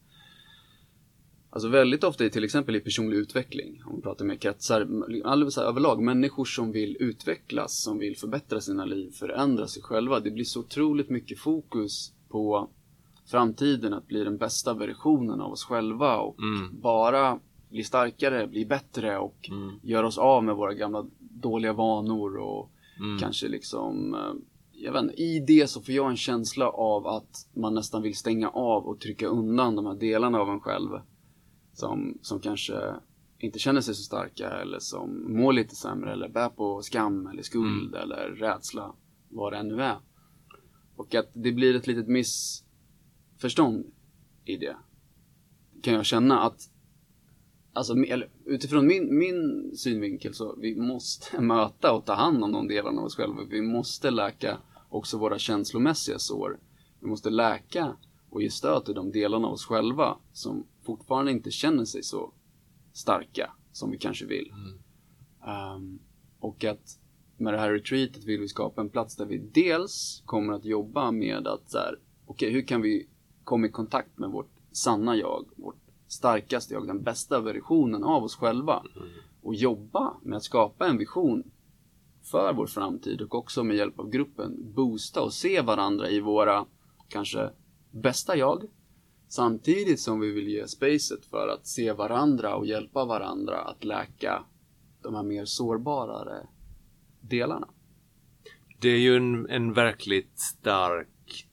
alltså väldigt ofta i till exempel i personlig utveckling, om vi pratar med kretsar, alldeles överlag, människor som vill utvecklas, som vill förbättra sina liv, förändra sig själva, det blir så otroligt mycket fokus på framtiden, att bli den bästa versionen av oss själva och mm. bara bli starkare, bli bättre och mm. göra oss av med våra gamla dåliga vanor och mm. kanske liksom, jag vet inte, i det så får jag en känsla av att man nästan vill stänga av och trycka undan de här delarna av en själv som, som kanske inte känner sig så starka eller som mår lite sämre eller bär på skam eller skuld mm. eller rädsla, vad det än nu är. Och att det blir ett litet missförstånd i det, kan jag känna att alltså, eller, utifrån min, min synvinkel så vi måste möta och ta hand om de delarna av oss själva. Vi måste läka också våra känslomässiga sår. Vi måste läka och ge stöd till de delarna av oss själva som fortfarande inte känner sig så starka som vi kanske vill. Mm. Um, och att med det här retreatet vill vi skapa en plats där vi dels kommer att jobba med att så här, okej, hur kan vi komma i kontakt med vårt sanna jag, vårt starkaste jag, den bästa versionen av oss själva mm. och jobba med att skapa en vision för vår framtid och också med hjälp av gruppen boosta och se varandra i våra kanske bästa jag, samtidigt som vi vill ge spacet för att se varandra och hjälpa varandra att läka de här mer sårbarare delarna. Det är ju en, en verkligt stark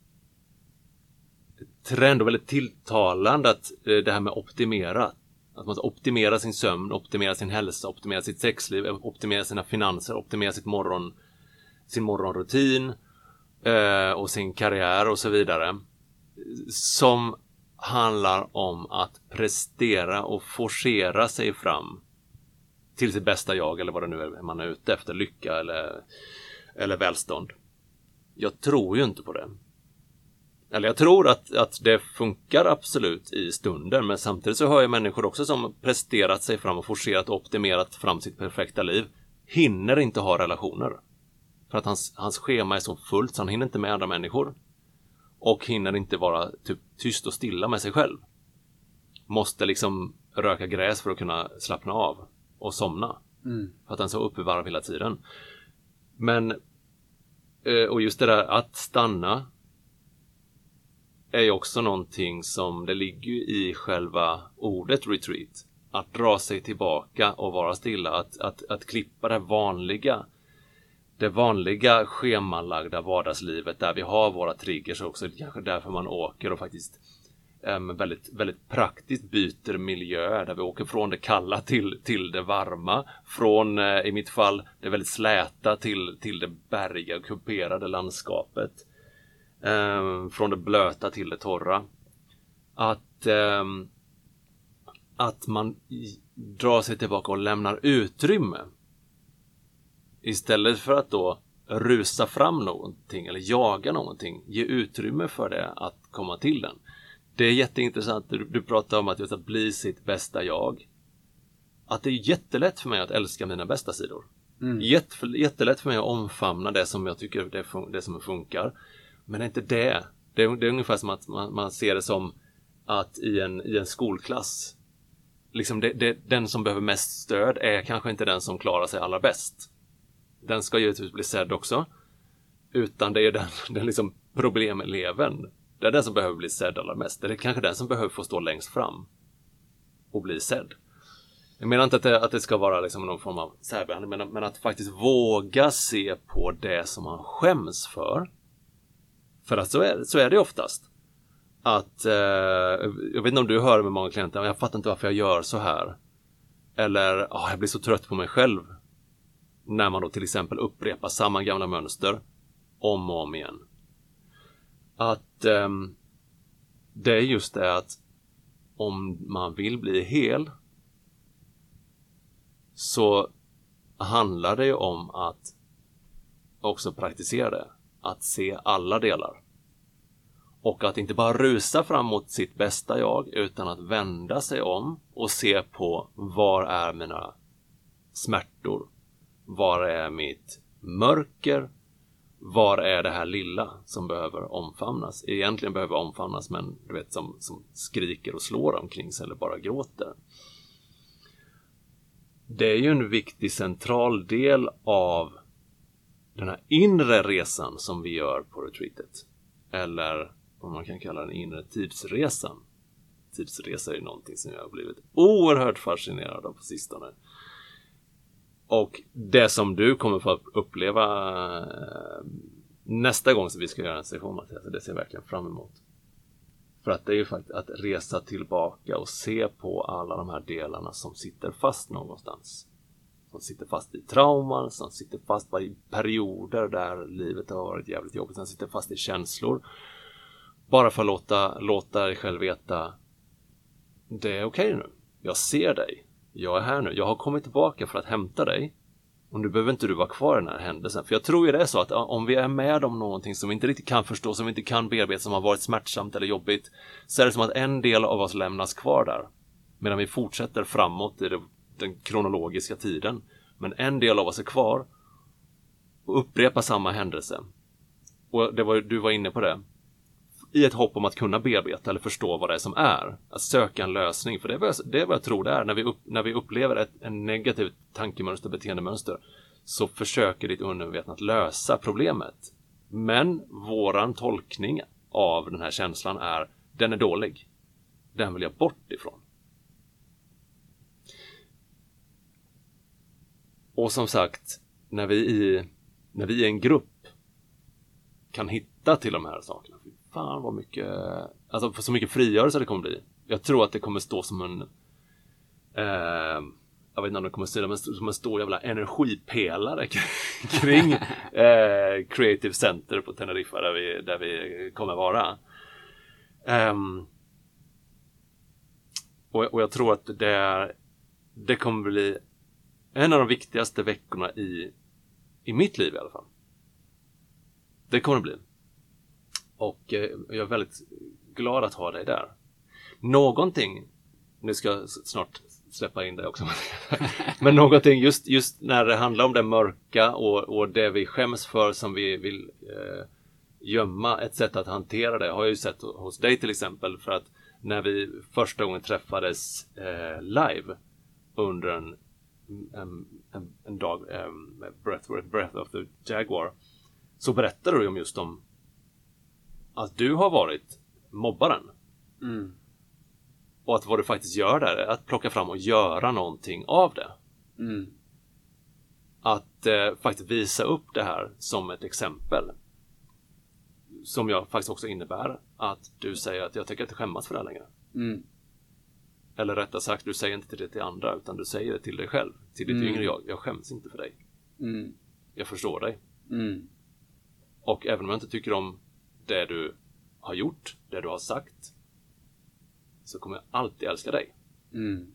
trend och väldigt tilltalande att det här med optimera, att man ska optimera sin sömn, optimera sin hälsa, optimera sitt sexliv, optimera sina finanser, optimera sitt morgon, sin morgonrutin eh, och sin karriär och så vidare, som handlar om att prestera och forcera sig fram till sitt bästa jag, eller vad det nu är man är ute efter, lycka eller, eller välstånd. Jag tror ju inte på det. Eller jag tror att, att det funkar absolut i stunden, men samtidigt så hör jag människor också som presterat sig fram och forcerat och optimerat fram sitt perfekta liv hinner inte ha relationer. För att hans, hans schema är så fullt så han hinner inte med andra människor. Och hinner inte vara typ tyst och stilla med sig själv. Måste liksom röka gräs för att kunna slappna av och somna. Mm. För att han är så uppe i varv hela tiden. Men, och just det där att stanna är ju också någonting som det ligger i själva ordet retreat. Att dra sig tillbaka och vara stilla. Att, att, att klippa det vanliga. Det vanliga schemalagda vardagslivet där vi har våra triggers också. Kanske därför man åker och faktiskt um, väldigt, väldigt praktiskt byter miljö. Där vi åker från det kalla till, till det varma. Från, uh, i mitt fall, det väldigt släta till, till det bergiga och kuperade landskapet. Um, från det blöta till det torra. Att, um, att man drar sig tillbaka och lämnar utrymme. Istället för att då rusa fram någonting eller jaga någonting. Ge utrymme för det att komma till den. Det är jätteintressant. Du, du pratar om att just att bli sitt bästa jag. Att det är jättelätt för mig att älska mina bästa sidor. Mm. Jätte, jättelätt för mig att omfamna det som jag tycker det, fun- det som funkar. Men det är inte det. Det är, det är ungefär som att man, man ser det som att i en, i en skolklass. Liksom det, det, den som behöver mest stöd är kanske inte den som klarar sig allra bäst. Den ska givetvis bli sedd också. Utan det är den, den liksom problemeleven. Det är den som behöver bli sedd allra mest. Det är kanske den som behöver få stå längst fram. Och bli sedd. Jag menar inte att det, att det ska vara liksom någon form av särbehandling. Men, men att faktiskt våga se på det som man skäms för. För att så är, så är det oftast. Att, eh, jag vet inte om du hör med många klienter. Jag fattar inte varför jag gör så här. Eller, oh, jag blir så trött på mig själv. När man då till exempel upprepar samma gamla mönster om och om igen. Att, um, det är just det att om man vill bli hel så handlar det ju om att också praktisera det. Att se alla delar. Och att inte bara rusa fram mot sitt bästa jag, utan att vända sig om och se på var är mina smärtor? Var är mitt mörker? Var är det här lilla som behöver omfamnas? Egentligen behöver omfamnas, men du vet, som, som skriker och slår omkring sig eller bara gråter. Det är ju en viktig central del av den här inre resan som vi gör på retreatet. Eller vad man kan kalla den inre tidsresan. Tidsresa är ju någonting som jag har blivit oerhört fascinerad av på sistone. Och det som du kommer få uppleva nästa gång som vi ska göra en session, Mattias, det ser jag verkligen fram emot. För att det är ju faktiskt att resa tillbaka och se på alla de här delarna som sitter fast någonstans. Som sitter fast i trauman, som sitter fast i perioder där livet har varit jävligt jobbigt, som sitter fast i känslor. Bara för att låta, låta dig själv veta, det är okej nu. Jag ser dig. Jag är här nu. Jag har kommit tillbaka för att hämta dig. Och nu behöver inte du vara kvar i den här händelsen. För jag tror ju det är så att om vi är med om någonting som vi inte riktigt kan förstå, som vi inte kan bearbeta, som har varit smärtsamt eller jobbigt, så är det som att en del av oss lämnas kvar där. Medan vi fortsätter framåt i det, den kronologiska tiden. Men en del av oss är kvar och upprepar samma händelse. Och det var, du var inne på det. I ett hopp om att kunna bearbeta eller förstå vad det är som är. Att söka en lösning. För det är vad jag, det är vad jag tror det är. När vi, upp, när vi upplever ett en negativt tankemönster, beteendemönster, så försöker ditt undermedvetna att lösa problemet. Men våran tolkning av den här känslan är, den är dålig. Den vill jag bort ifrån. Och som sagt, när vi i, när vi i en grupp kan hitta till de här sakerna, fan vad mycket, alltså så mycket frigörelse det kommer bli. Jag tror att det kommer stå som en eh, jag vet inte om det kommer stå men som en stor jävla energipelare kring eh, Creative Center på Teneriffa där vi, där vi kommer vara. Um, och, och jag tror att det är, det kommer bli en av de viktigaste veckorna i i mitt liv i alla fall. Det kommer det bli. Och eh, jag är väldigt glad att ha dig där. Någonting, nu ska jag snart släppa in det också. Men någonting just, just när det handlar om det mörka och, och det vi skäms för, som vi vill eh, gömma, ett sätt att hantera det har jag ju sett hos dig till exempel. För att när vi första gången träffades eh, live under en, en, en, en dag eh, med Breath, Breath of the Jaguar, så berättade du om just om att du har varit mobbaren. Mm. Och att vad du faktiskt gör där är att plocka fram och göra någonting av det. Mm. Att eh, faktiskt visa upp det här som ett exempel. Som jag faktiskt också innebär att du säger att jag tänker inte skämmas för det här längre. Mm. Eller rättare sagt, du säger inte det till andra, utan du säger det till dig själv. Till ditt Mm. yngre jag. Jag skäms inte för dig. Mm. Jag förstår dig. Mm. Och även om jag inte tycker om det du har gjort, det du har sagt, så kommer jag alltid älska dig. Mm.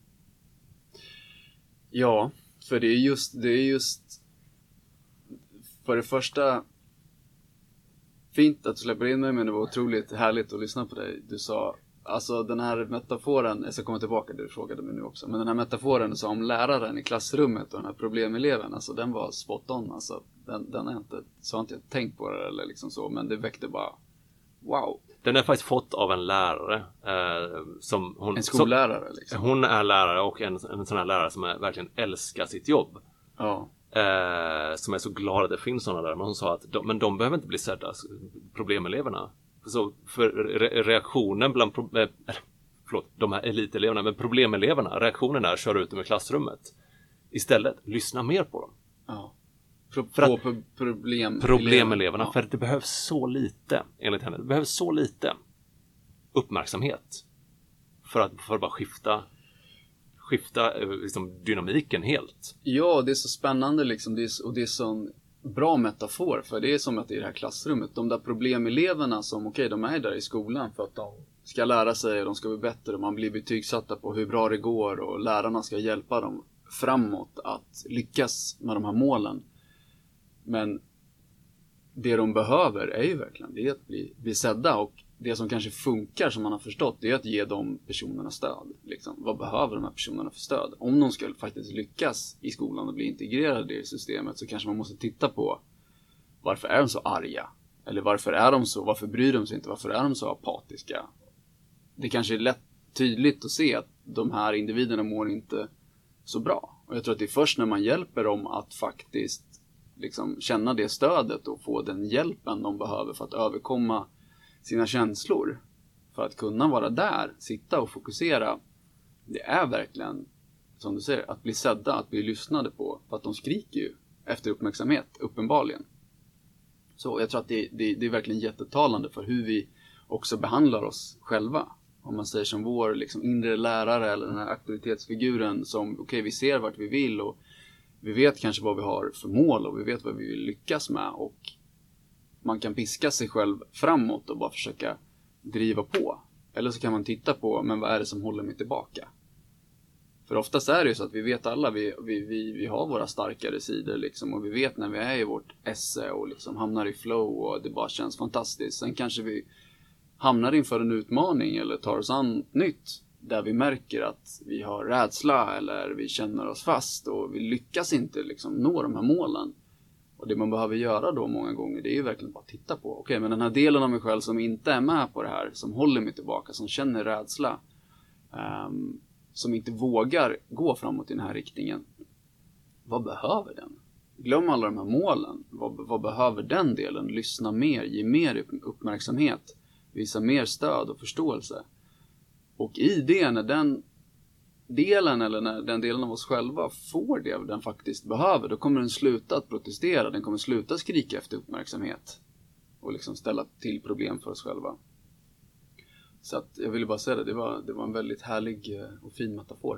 Ja, för det är just, det är just för det första fint att du släpper in mig, men det var otroligt härligt att lyssna på dig. Du sa, alltså den här metaforen, jag ska komma tillbaka till det du frågade mig nu också, men den här metaforen du sa om läraren i klassrummet och den här problemeleven, alltså den var spot on, alltså den, den är inte, så har inte jag tänkt på det eller liksom så, men det väckte bara wow. Den är faktiskt fått av en lärare eh, som hon, en skollärare liksom. Hon är lärare och en, en sån här lärare som är, verkligen älskar sitt jobb. Ja. Eh, som är så glad att det finns sådana där. Men hon sa att de, men de behöver inte bli sedda, problemeleverna. Så för re, reaktionen bland pro, eh, förlåt, de här eliteleverna, men problemeleverna, reaktionen är kör ut dem i klassrummet. Istället, lyssna mer på dem. Ja. Pro, för att, på problem problemeleverna, ja. För att det behövs så lite, enligt henne, det behövs så lite uppmärksamhet för att, för att bara skifta skifta liksom, dynamiken helt. Ja, det är så spännande liksom, det är, och det är sån bra metafor, för det är som att det är i det här klassrummet, de där problemeleverna som, okej, okay, de är där i skolan för att de ska lära sig och de ska bli bättre. Man blir betygsatta på hur bra det går och lärarna ska hjälpa dem framåt att lyckas med de här målen. Men det de behöver är ju verkligen det är att bli, bli sedda, och det som kanske funkar som man har förstått, det är att ge de personerna stöd. Liksom. Vad behöver de här personerna för stöd? Om de ska faktiskt lyckas i skolan och bli integrerade i systemet, så kanske man måste titta på varför är de så arga? Eller varför är de så? Varför bryr de sig inte? Varför är de så apatiska? Det kanske är lätt tydligt att se att de här individerna mår inte så bra. Och jag tror att det är först när man hjälper dem att faktiskt liksom känna det stödet och få den hjälpen de behöver för att överkomma sina känslor, för att kunna vara där, sitta och fokusera. Det är verkligen, som du säger, att bli sedda, att bli lyssnade på, för att de skriker ju efter uppmärksamhet, uppenbarligen. Så jag tror att det, det, det är verkligen jättetalande för hur vi också behandlar oss själva. Om man säger som vår liksom inre lärare eller den här auktoritetsfiguren som, okej, okay, vi ser vart vi vill och vi vet kanske vad vi har för mål och vi vet vad vi vill lyckas med, och man kan piska sig själv framåt och bara försöka driva på. Eller så kan man titta på, men vad är det som håller mig tillbaka? För oftast är det ju så att vi vet alla, vi, vi, vi, vi har våra starkare sidor liksom, och vi vet när vi är i vårt esse och liksom hamnar i flow och det bara känns fantastiskt. Sen kanske vi hamnar inför en utmaning eller tar oss an nytt där vi märker att vi har rädsla eller vi känner oss fast och vi lyckas inte liksom nå de här målen. Och det man behöver göra då många gånger, det är ju verkligen bara titta på, okej, okay, men den här delen av mig själv som inte är med på det här, som håller mig tillbaka, som känner rädsla, um, som inte vågar gå framåt i den här riktningen, vad behöver den? Glöm alla de här målen. Vad, vad behöver den delen? Lyssna mer, ge mer uppmärksamhet, visa mer stöd och förståelse. Och i det, när den delen eller när den delen av oss själva får det den faktiskt behöver, då kommer den sluta att protestera, den kommer sluta skrika efter uppmärksamhet och liksom ställa till problem för oss själva. Så att jag ville bara säga det, det var, det var en väldigt härlig och fin metafor.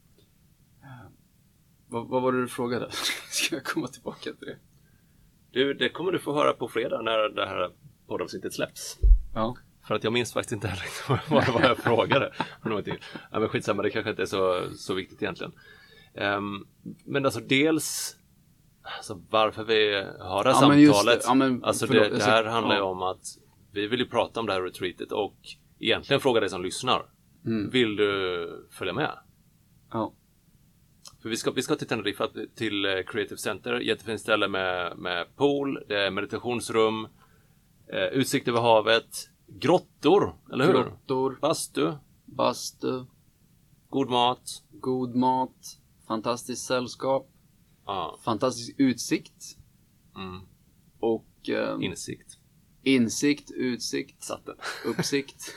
Vad, vad var det du frågade? Ska jag komma tillbaka till det? Du, det kommer du få höra på fredag när det här poddavsnittet släpps. Ja. För att jag minns faktiskt inte heller vad det var jag frågade. Ja, men skitsamma, det kanske inte är så, så viktigt egentligen. Um, men alltså dels alltså varför vi har det ja, samtalet. Det. Ja, men, alltså det, det här handlar ju ja. om att vi vill ju prata om det här retreatet och egentligen fråga dig som lyssnar. Mm. Vill du följa med? Ja. För vi ska, vi ska till Teneriffa, till Creative Center. Jättefint ställe med, med pool, det är meditationsrum, eh, utsikt över havet, grottor, eller hur? Grottor, bastu, bastu, god mat, god mat, fantastiskt sällskap, ah. fantastisk utsikt mm. och eh, insikt. Insikt, utsikt, satt den. Uppsikt.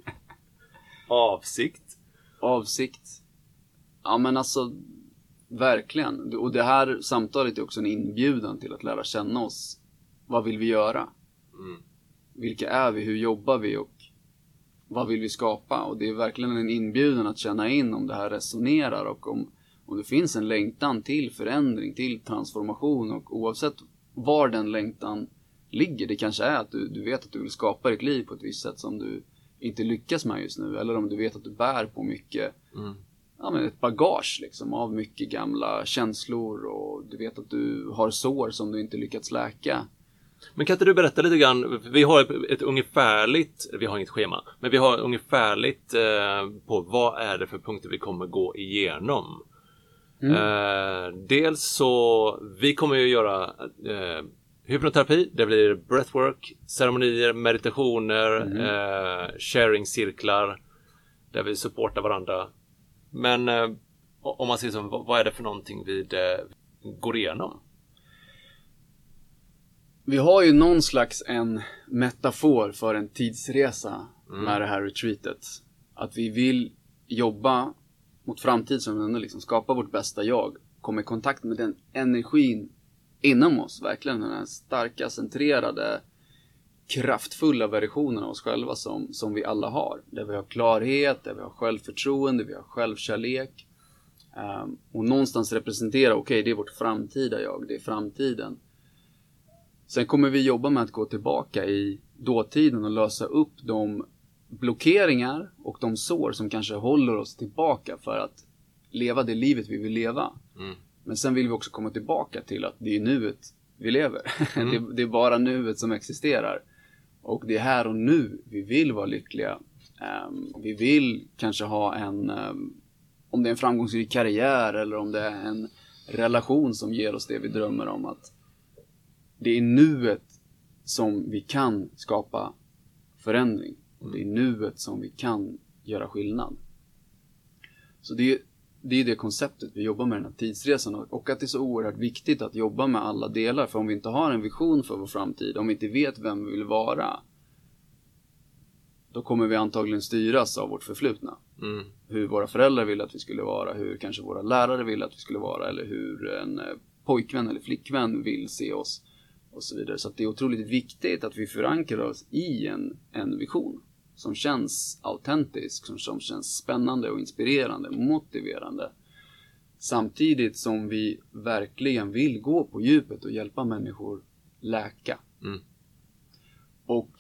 Avsikt. Avsikt. Ja, men alltså verkligen. Och det här samtalet är också en inbjudan till att lära känna oss. Vad vill vi göra? Mm. Vilka är vi? Hur jobbar vi? Och vad vill vi skapa? Och det är verkligen en inbjudan att känna in om det här resonerar och om, om det finns en längtan till förändring, till transformation, och oavsett var den längtan ligger. Det kanske är att du, du vet att du vill skapa ditt liv på ett visst sätt som du inte lyckas med just nu. Eller om du vet att du bär på mycket mm. ja, men ett bagage liksom, av mycket gamla känslor, och du vet att du har sår som du inte lyckats läka. Men kan inte du berätta lite grann, vi har ett, ett ungefärligt, vi har inget schema, men vi har ungefärligt eh, på vad är det för punkter vi kommer gå igenom. Mm. Eh, dels så, vi kommer ju göra eh, hypnoterapi, det blir breathwork, ceremonier, meditationer, mm. eh, sharing-cirklar där vi supportar varandra. Men eh, om man säger så, vad är det för någonting vi eh, går igenom? Vi har ju någon slags en metafor för en tidsresa mm. med det här retreatet. Att vi vill jobba mot framtid som ändå liksom skapa vårt bästa jag. Komma i kontakt med den energin inom oss. Verkligen den här starka, centrerade, kraftfulla versionen av oss själva som, som vi alla har. Där vi har klarhet, där vi har självförtroende, vi har självkärlek. Um, och någonstans representera, okej, okay, det är vårt framtida jag, det är framtiden. Sen kommer vi jobba med att gå tillbaka i dåtiden och lösa upp de blockeringar och de sår som kanske håller oss tillbaka för att leva det livet vi vill leva. Mm. Men sen vill vi också komma tillbaka till att det är nuet vi lever. Mm. det, det är bara nuet som existerar. Och det är här och nu vi vill vara lyckliga. Um, vi vill kanske ha en, um, om det är en framgångsrik karriär eller om det är en relation som ger oss det vi drömmer om. Att det är nuet som vi kan skapa förändring. Och det är nuet som vi kan göra skillnad. Så det är, det är det konceptet vi jobbar med den här tidsresan. Och att det är så oerhört viktigt att jobba med alla delar. För om vi inte har en vision för vår framtid, om vi inte vet vem vi vill vara, då kommer vi antagligen styras av vårt förflutna. Mm. Hur våra föräldrar vill att vi skulle vara, hur kanske våra lärare vill att vi skulle vara, eller hur en pojkvän eller flickvän vill se oss och så vidare. Så att det är otroligt viktigt att vi förankrar oss i en, en vision som känns autentisk, som, som känns spännande och inspirerande, motiverande. Samtidigt som vi verkligen vill gå på djupet och hjälpa människor läka. Mm. Och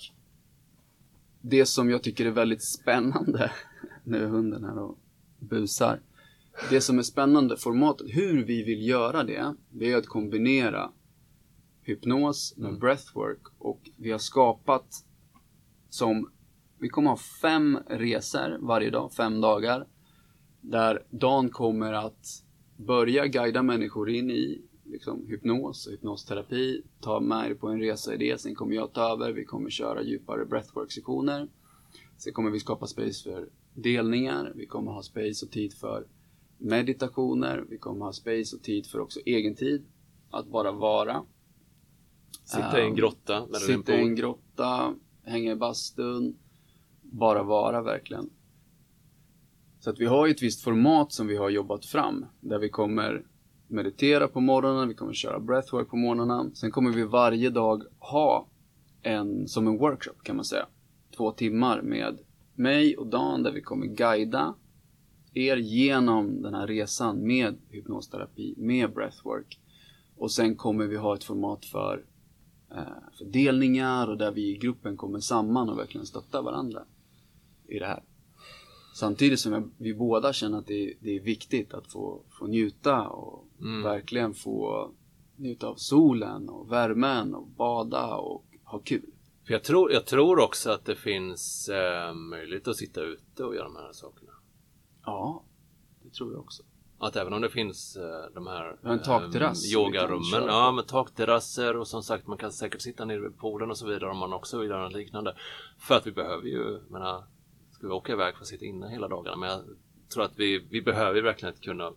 det som jag tycker är väldigt spännande, nu är hunden här och busar. Det som är spännande formatet, hur vi vill göra det, det är att kombinera hypnos med mm. breathwork. Och vi har skapat som, vi kommer ha fem resor varje dag, fem dagar. Där Dan kommer att börja guida människor in i liksom, hypnos och hypnosterapi. Ta med er på en resa i det, sen kommer jag ta över. Vi kommer köra djupare breathwork-sektioner. Sen kommer vi skapa space för delningar. Vi kommer ha space och tid för meditationer. Vi kommer ha space och tid för också egen tid. Att bara vara. Sitta i en grotta. Med sitta i en grotta. Hänga i bastun. Bara vara verkligen. Så att vi har ett visst format som vi har jobbat fram. Där vi kommer meditera på morgonen. Vi kommer köra breathwork på morgonen. Sen kommer vi varje dag ha en, som en workshop kan man säga. Två timmar med mig och Dan. Där vi kommer guida er genom den här resan med hypnosterapi. Med breathwork. Och sen kommer vi ha ett format för, eh, för delningar. Och där vi i gruppen kommer samman och verkligen stötta varandra i det här. Samtidigt som vi båda känner att det är, det är viktigt att få, få njuta och mm. verkligen få njuta av solen och värmen och bada och ha kul. För jag tror, jag tror också att det finns eh, möjlighet att sitta ute och göra de här sakerna. Ja, det tror jag också. Att även om det finns eh, de här en takterrass, eh, yogarummen, ja, med takterrasser och som sagt man kan säkert sitta nere vid poolen och så vidare om man också vill göra något liknande. För att vi behöver ju, menar, ska vi åka iväg för att sitta inne hela dagarna, men jag tror att vi, vi behöver verkligen att kunna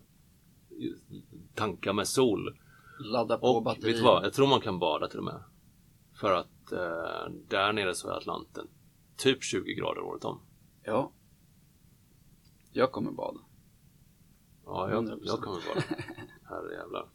tanka med sol. Ladda på och batteri. Vet du vad, jag tror man kan bada till och med. För att eh, där nere så är Atlanten typ tjugo grader året om. Ja. Jag kommer bada. Ja, jag, jag kommer bada. Herre jävlar.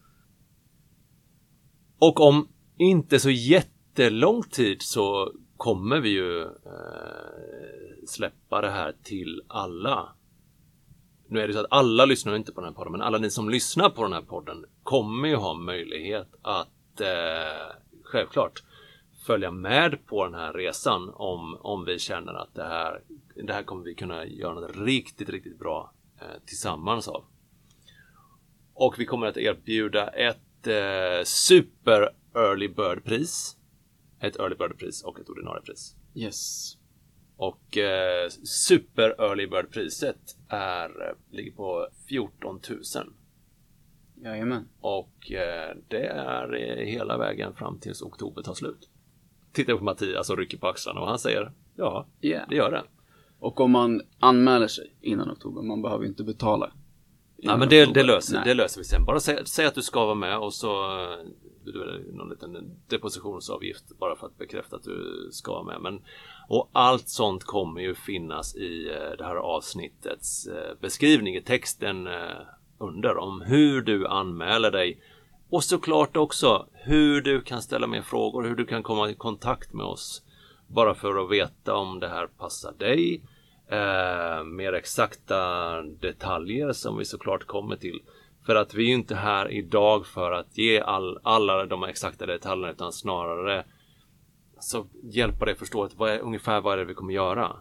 Och om inte så jättelång tid så kommer vi ju eh, släppa det här till alla. Nu är det så att alla lyssnar inte på den här podden, men alla ni som lyssnar på den här podden kommer ju ha möjlighet att eh, självklart följa med på den här resan om, om vi känner att det här, det här kommer vi kunna göra något riktigt, riktigt bra eh, tillsammans av. Och vi kommer att erbjuda ett eh, super early bird pris. Ett early bird pris och ett ordinarie pris. Yes. Och eh, super early bird priset är, ligger på fjorton tusen. Jajamän. Och eh, det är eh, hela vägen fram tills oktober tar slut. Tittar på Mattias och rycker på axlarna och han säger ja, yeah. det gör det. Och om man anmäler sig innan oktober, man behöver inte betala. Ja, men det, det, löser, det löser vi sen. Bara säg, säg att du ska vara med och så någon liten depositionsavgift bara för att bekräfta att du ska vara med. Men, och allt sånt kommer ju finnas i det här avsnittets beskrivning, i texten under, om hur du anmäler dig. Och såklart också hur du kan ställa mer frågor, hur du kan komma i kontakt med oss. Bara för att veta om det här passar dig. Eh, mer exakta detaljer som vi såklart kommer till. För att vi är ju inte här idag för att ge all, alla de exakta detaljerna, utan snarare så hjälpa dig förstå att vad är, ungefär vad är det vi kommer göra.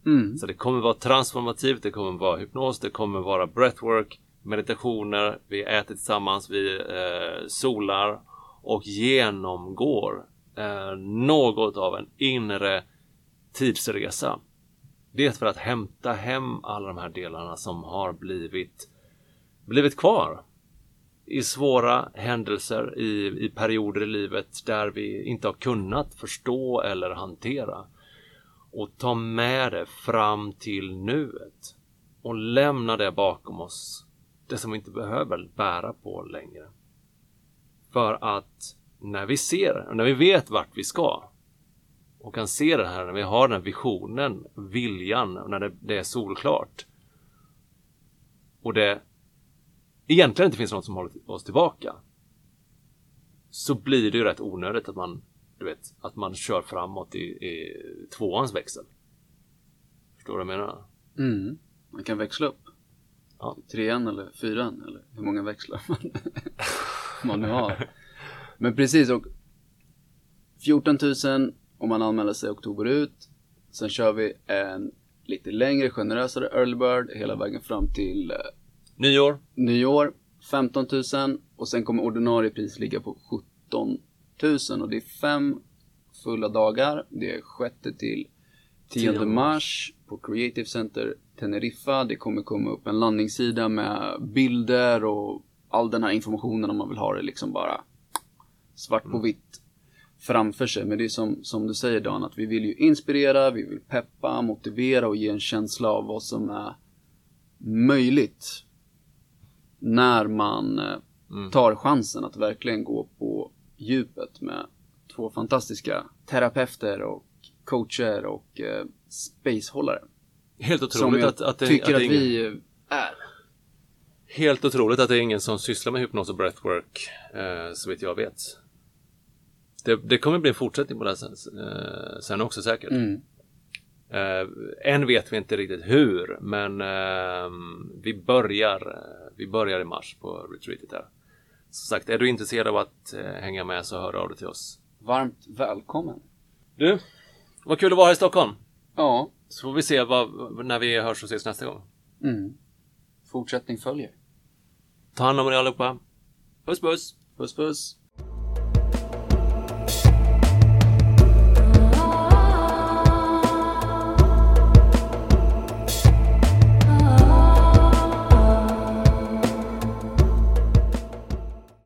Mm. Så det kommer vara transformativt, det kommer vara hypnos, det kommer vara breathwork, meditationer, vi äter tillsammans, vi eh, solar och genomgår eh, något av en inre tidsresa. Det är för att hämta hem alla de här delarna som har blivit blivit kvar i svåra händelser, i, i perioder i livet där vi inte har kunnat förstå eller hantera, och ta med det fram till nuet och lämna det bakom oss, det som vi inte behöver bära på längre. För att när vi ser, när vi vet vart vi ska och kan se det här, när vi har den här visionen, viljan, när det, det är solklart och det egentligen inte finns något som håller oss tillbaka, så blir det ju rätt onödigt att man, du vet, att man kör framåt i, i tvåans växel. Förstår du vad jag menar? Mm. Man kan växla upp. Ja. Trean eller fyran, eller hur många växlar man, man nu har. Men precis, och fjorton tusen om man anmäler sig oktober ut. Sen kör vi en lite längre, generösare early bird hela vägen fram till eh, nyår. Nyår, femton tusen, och sen kommer ordinarie pris ligga på sjutton tusen, och det är fem fulla dagar. Det är sjätte till tionde mars på Creative Center Teneriffa. Det kommer komma upp en landningssida med bilder och all den här informationen om man vill ha det liksom bara svart på vitt framför sig. Men det är som, som du säger, Dan, att vi vill ju inspirera, vi vill peppa, motivera och ge en känsla av vad som är möjligt när man mm. tar chansen att verkligen gå på djupet med två fantastiska terapeuter och coacher och eh, spacehållare. Helt otroligt att, att det, tycker att, det att vi är. Helt otroligt att det är ingen som sysslar med hypnos och breathwork, eh, så vet jag vet. Det, det kommer bli en fortsättning på det sen, eh, sen också säkert. Mm. Eh, än vet vi inte riktigt hur, men eh, vi börjar vi börjar i mars på retreatet här. Som sagt, är du intresserad av att eh, hänga med, så hör av dig till oss. Varmt välkommen. Du, vad kul att vara här i Stockholm. Ja. Så får vi se vad, när vi hörs och ses nästa gång. Mm. Fortsättning följer. Ta hand om er allihopa. Puss puss. Puss puss.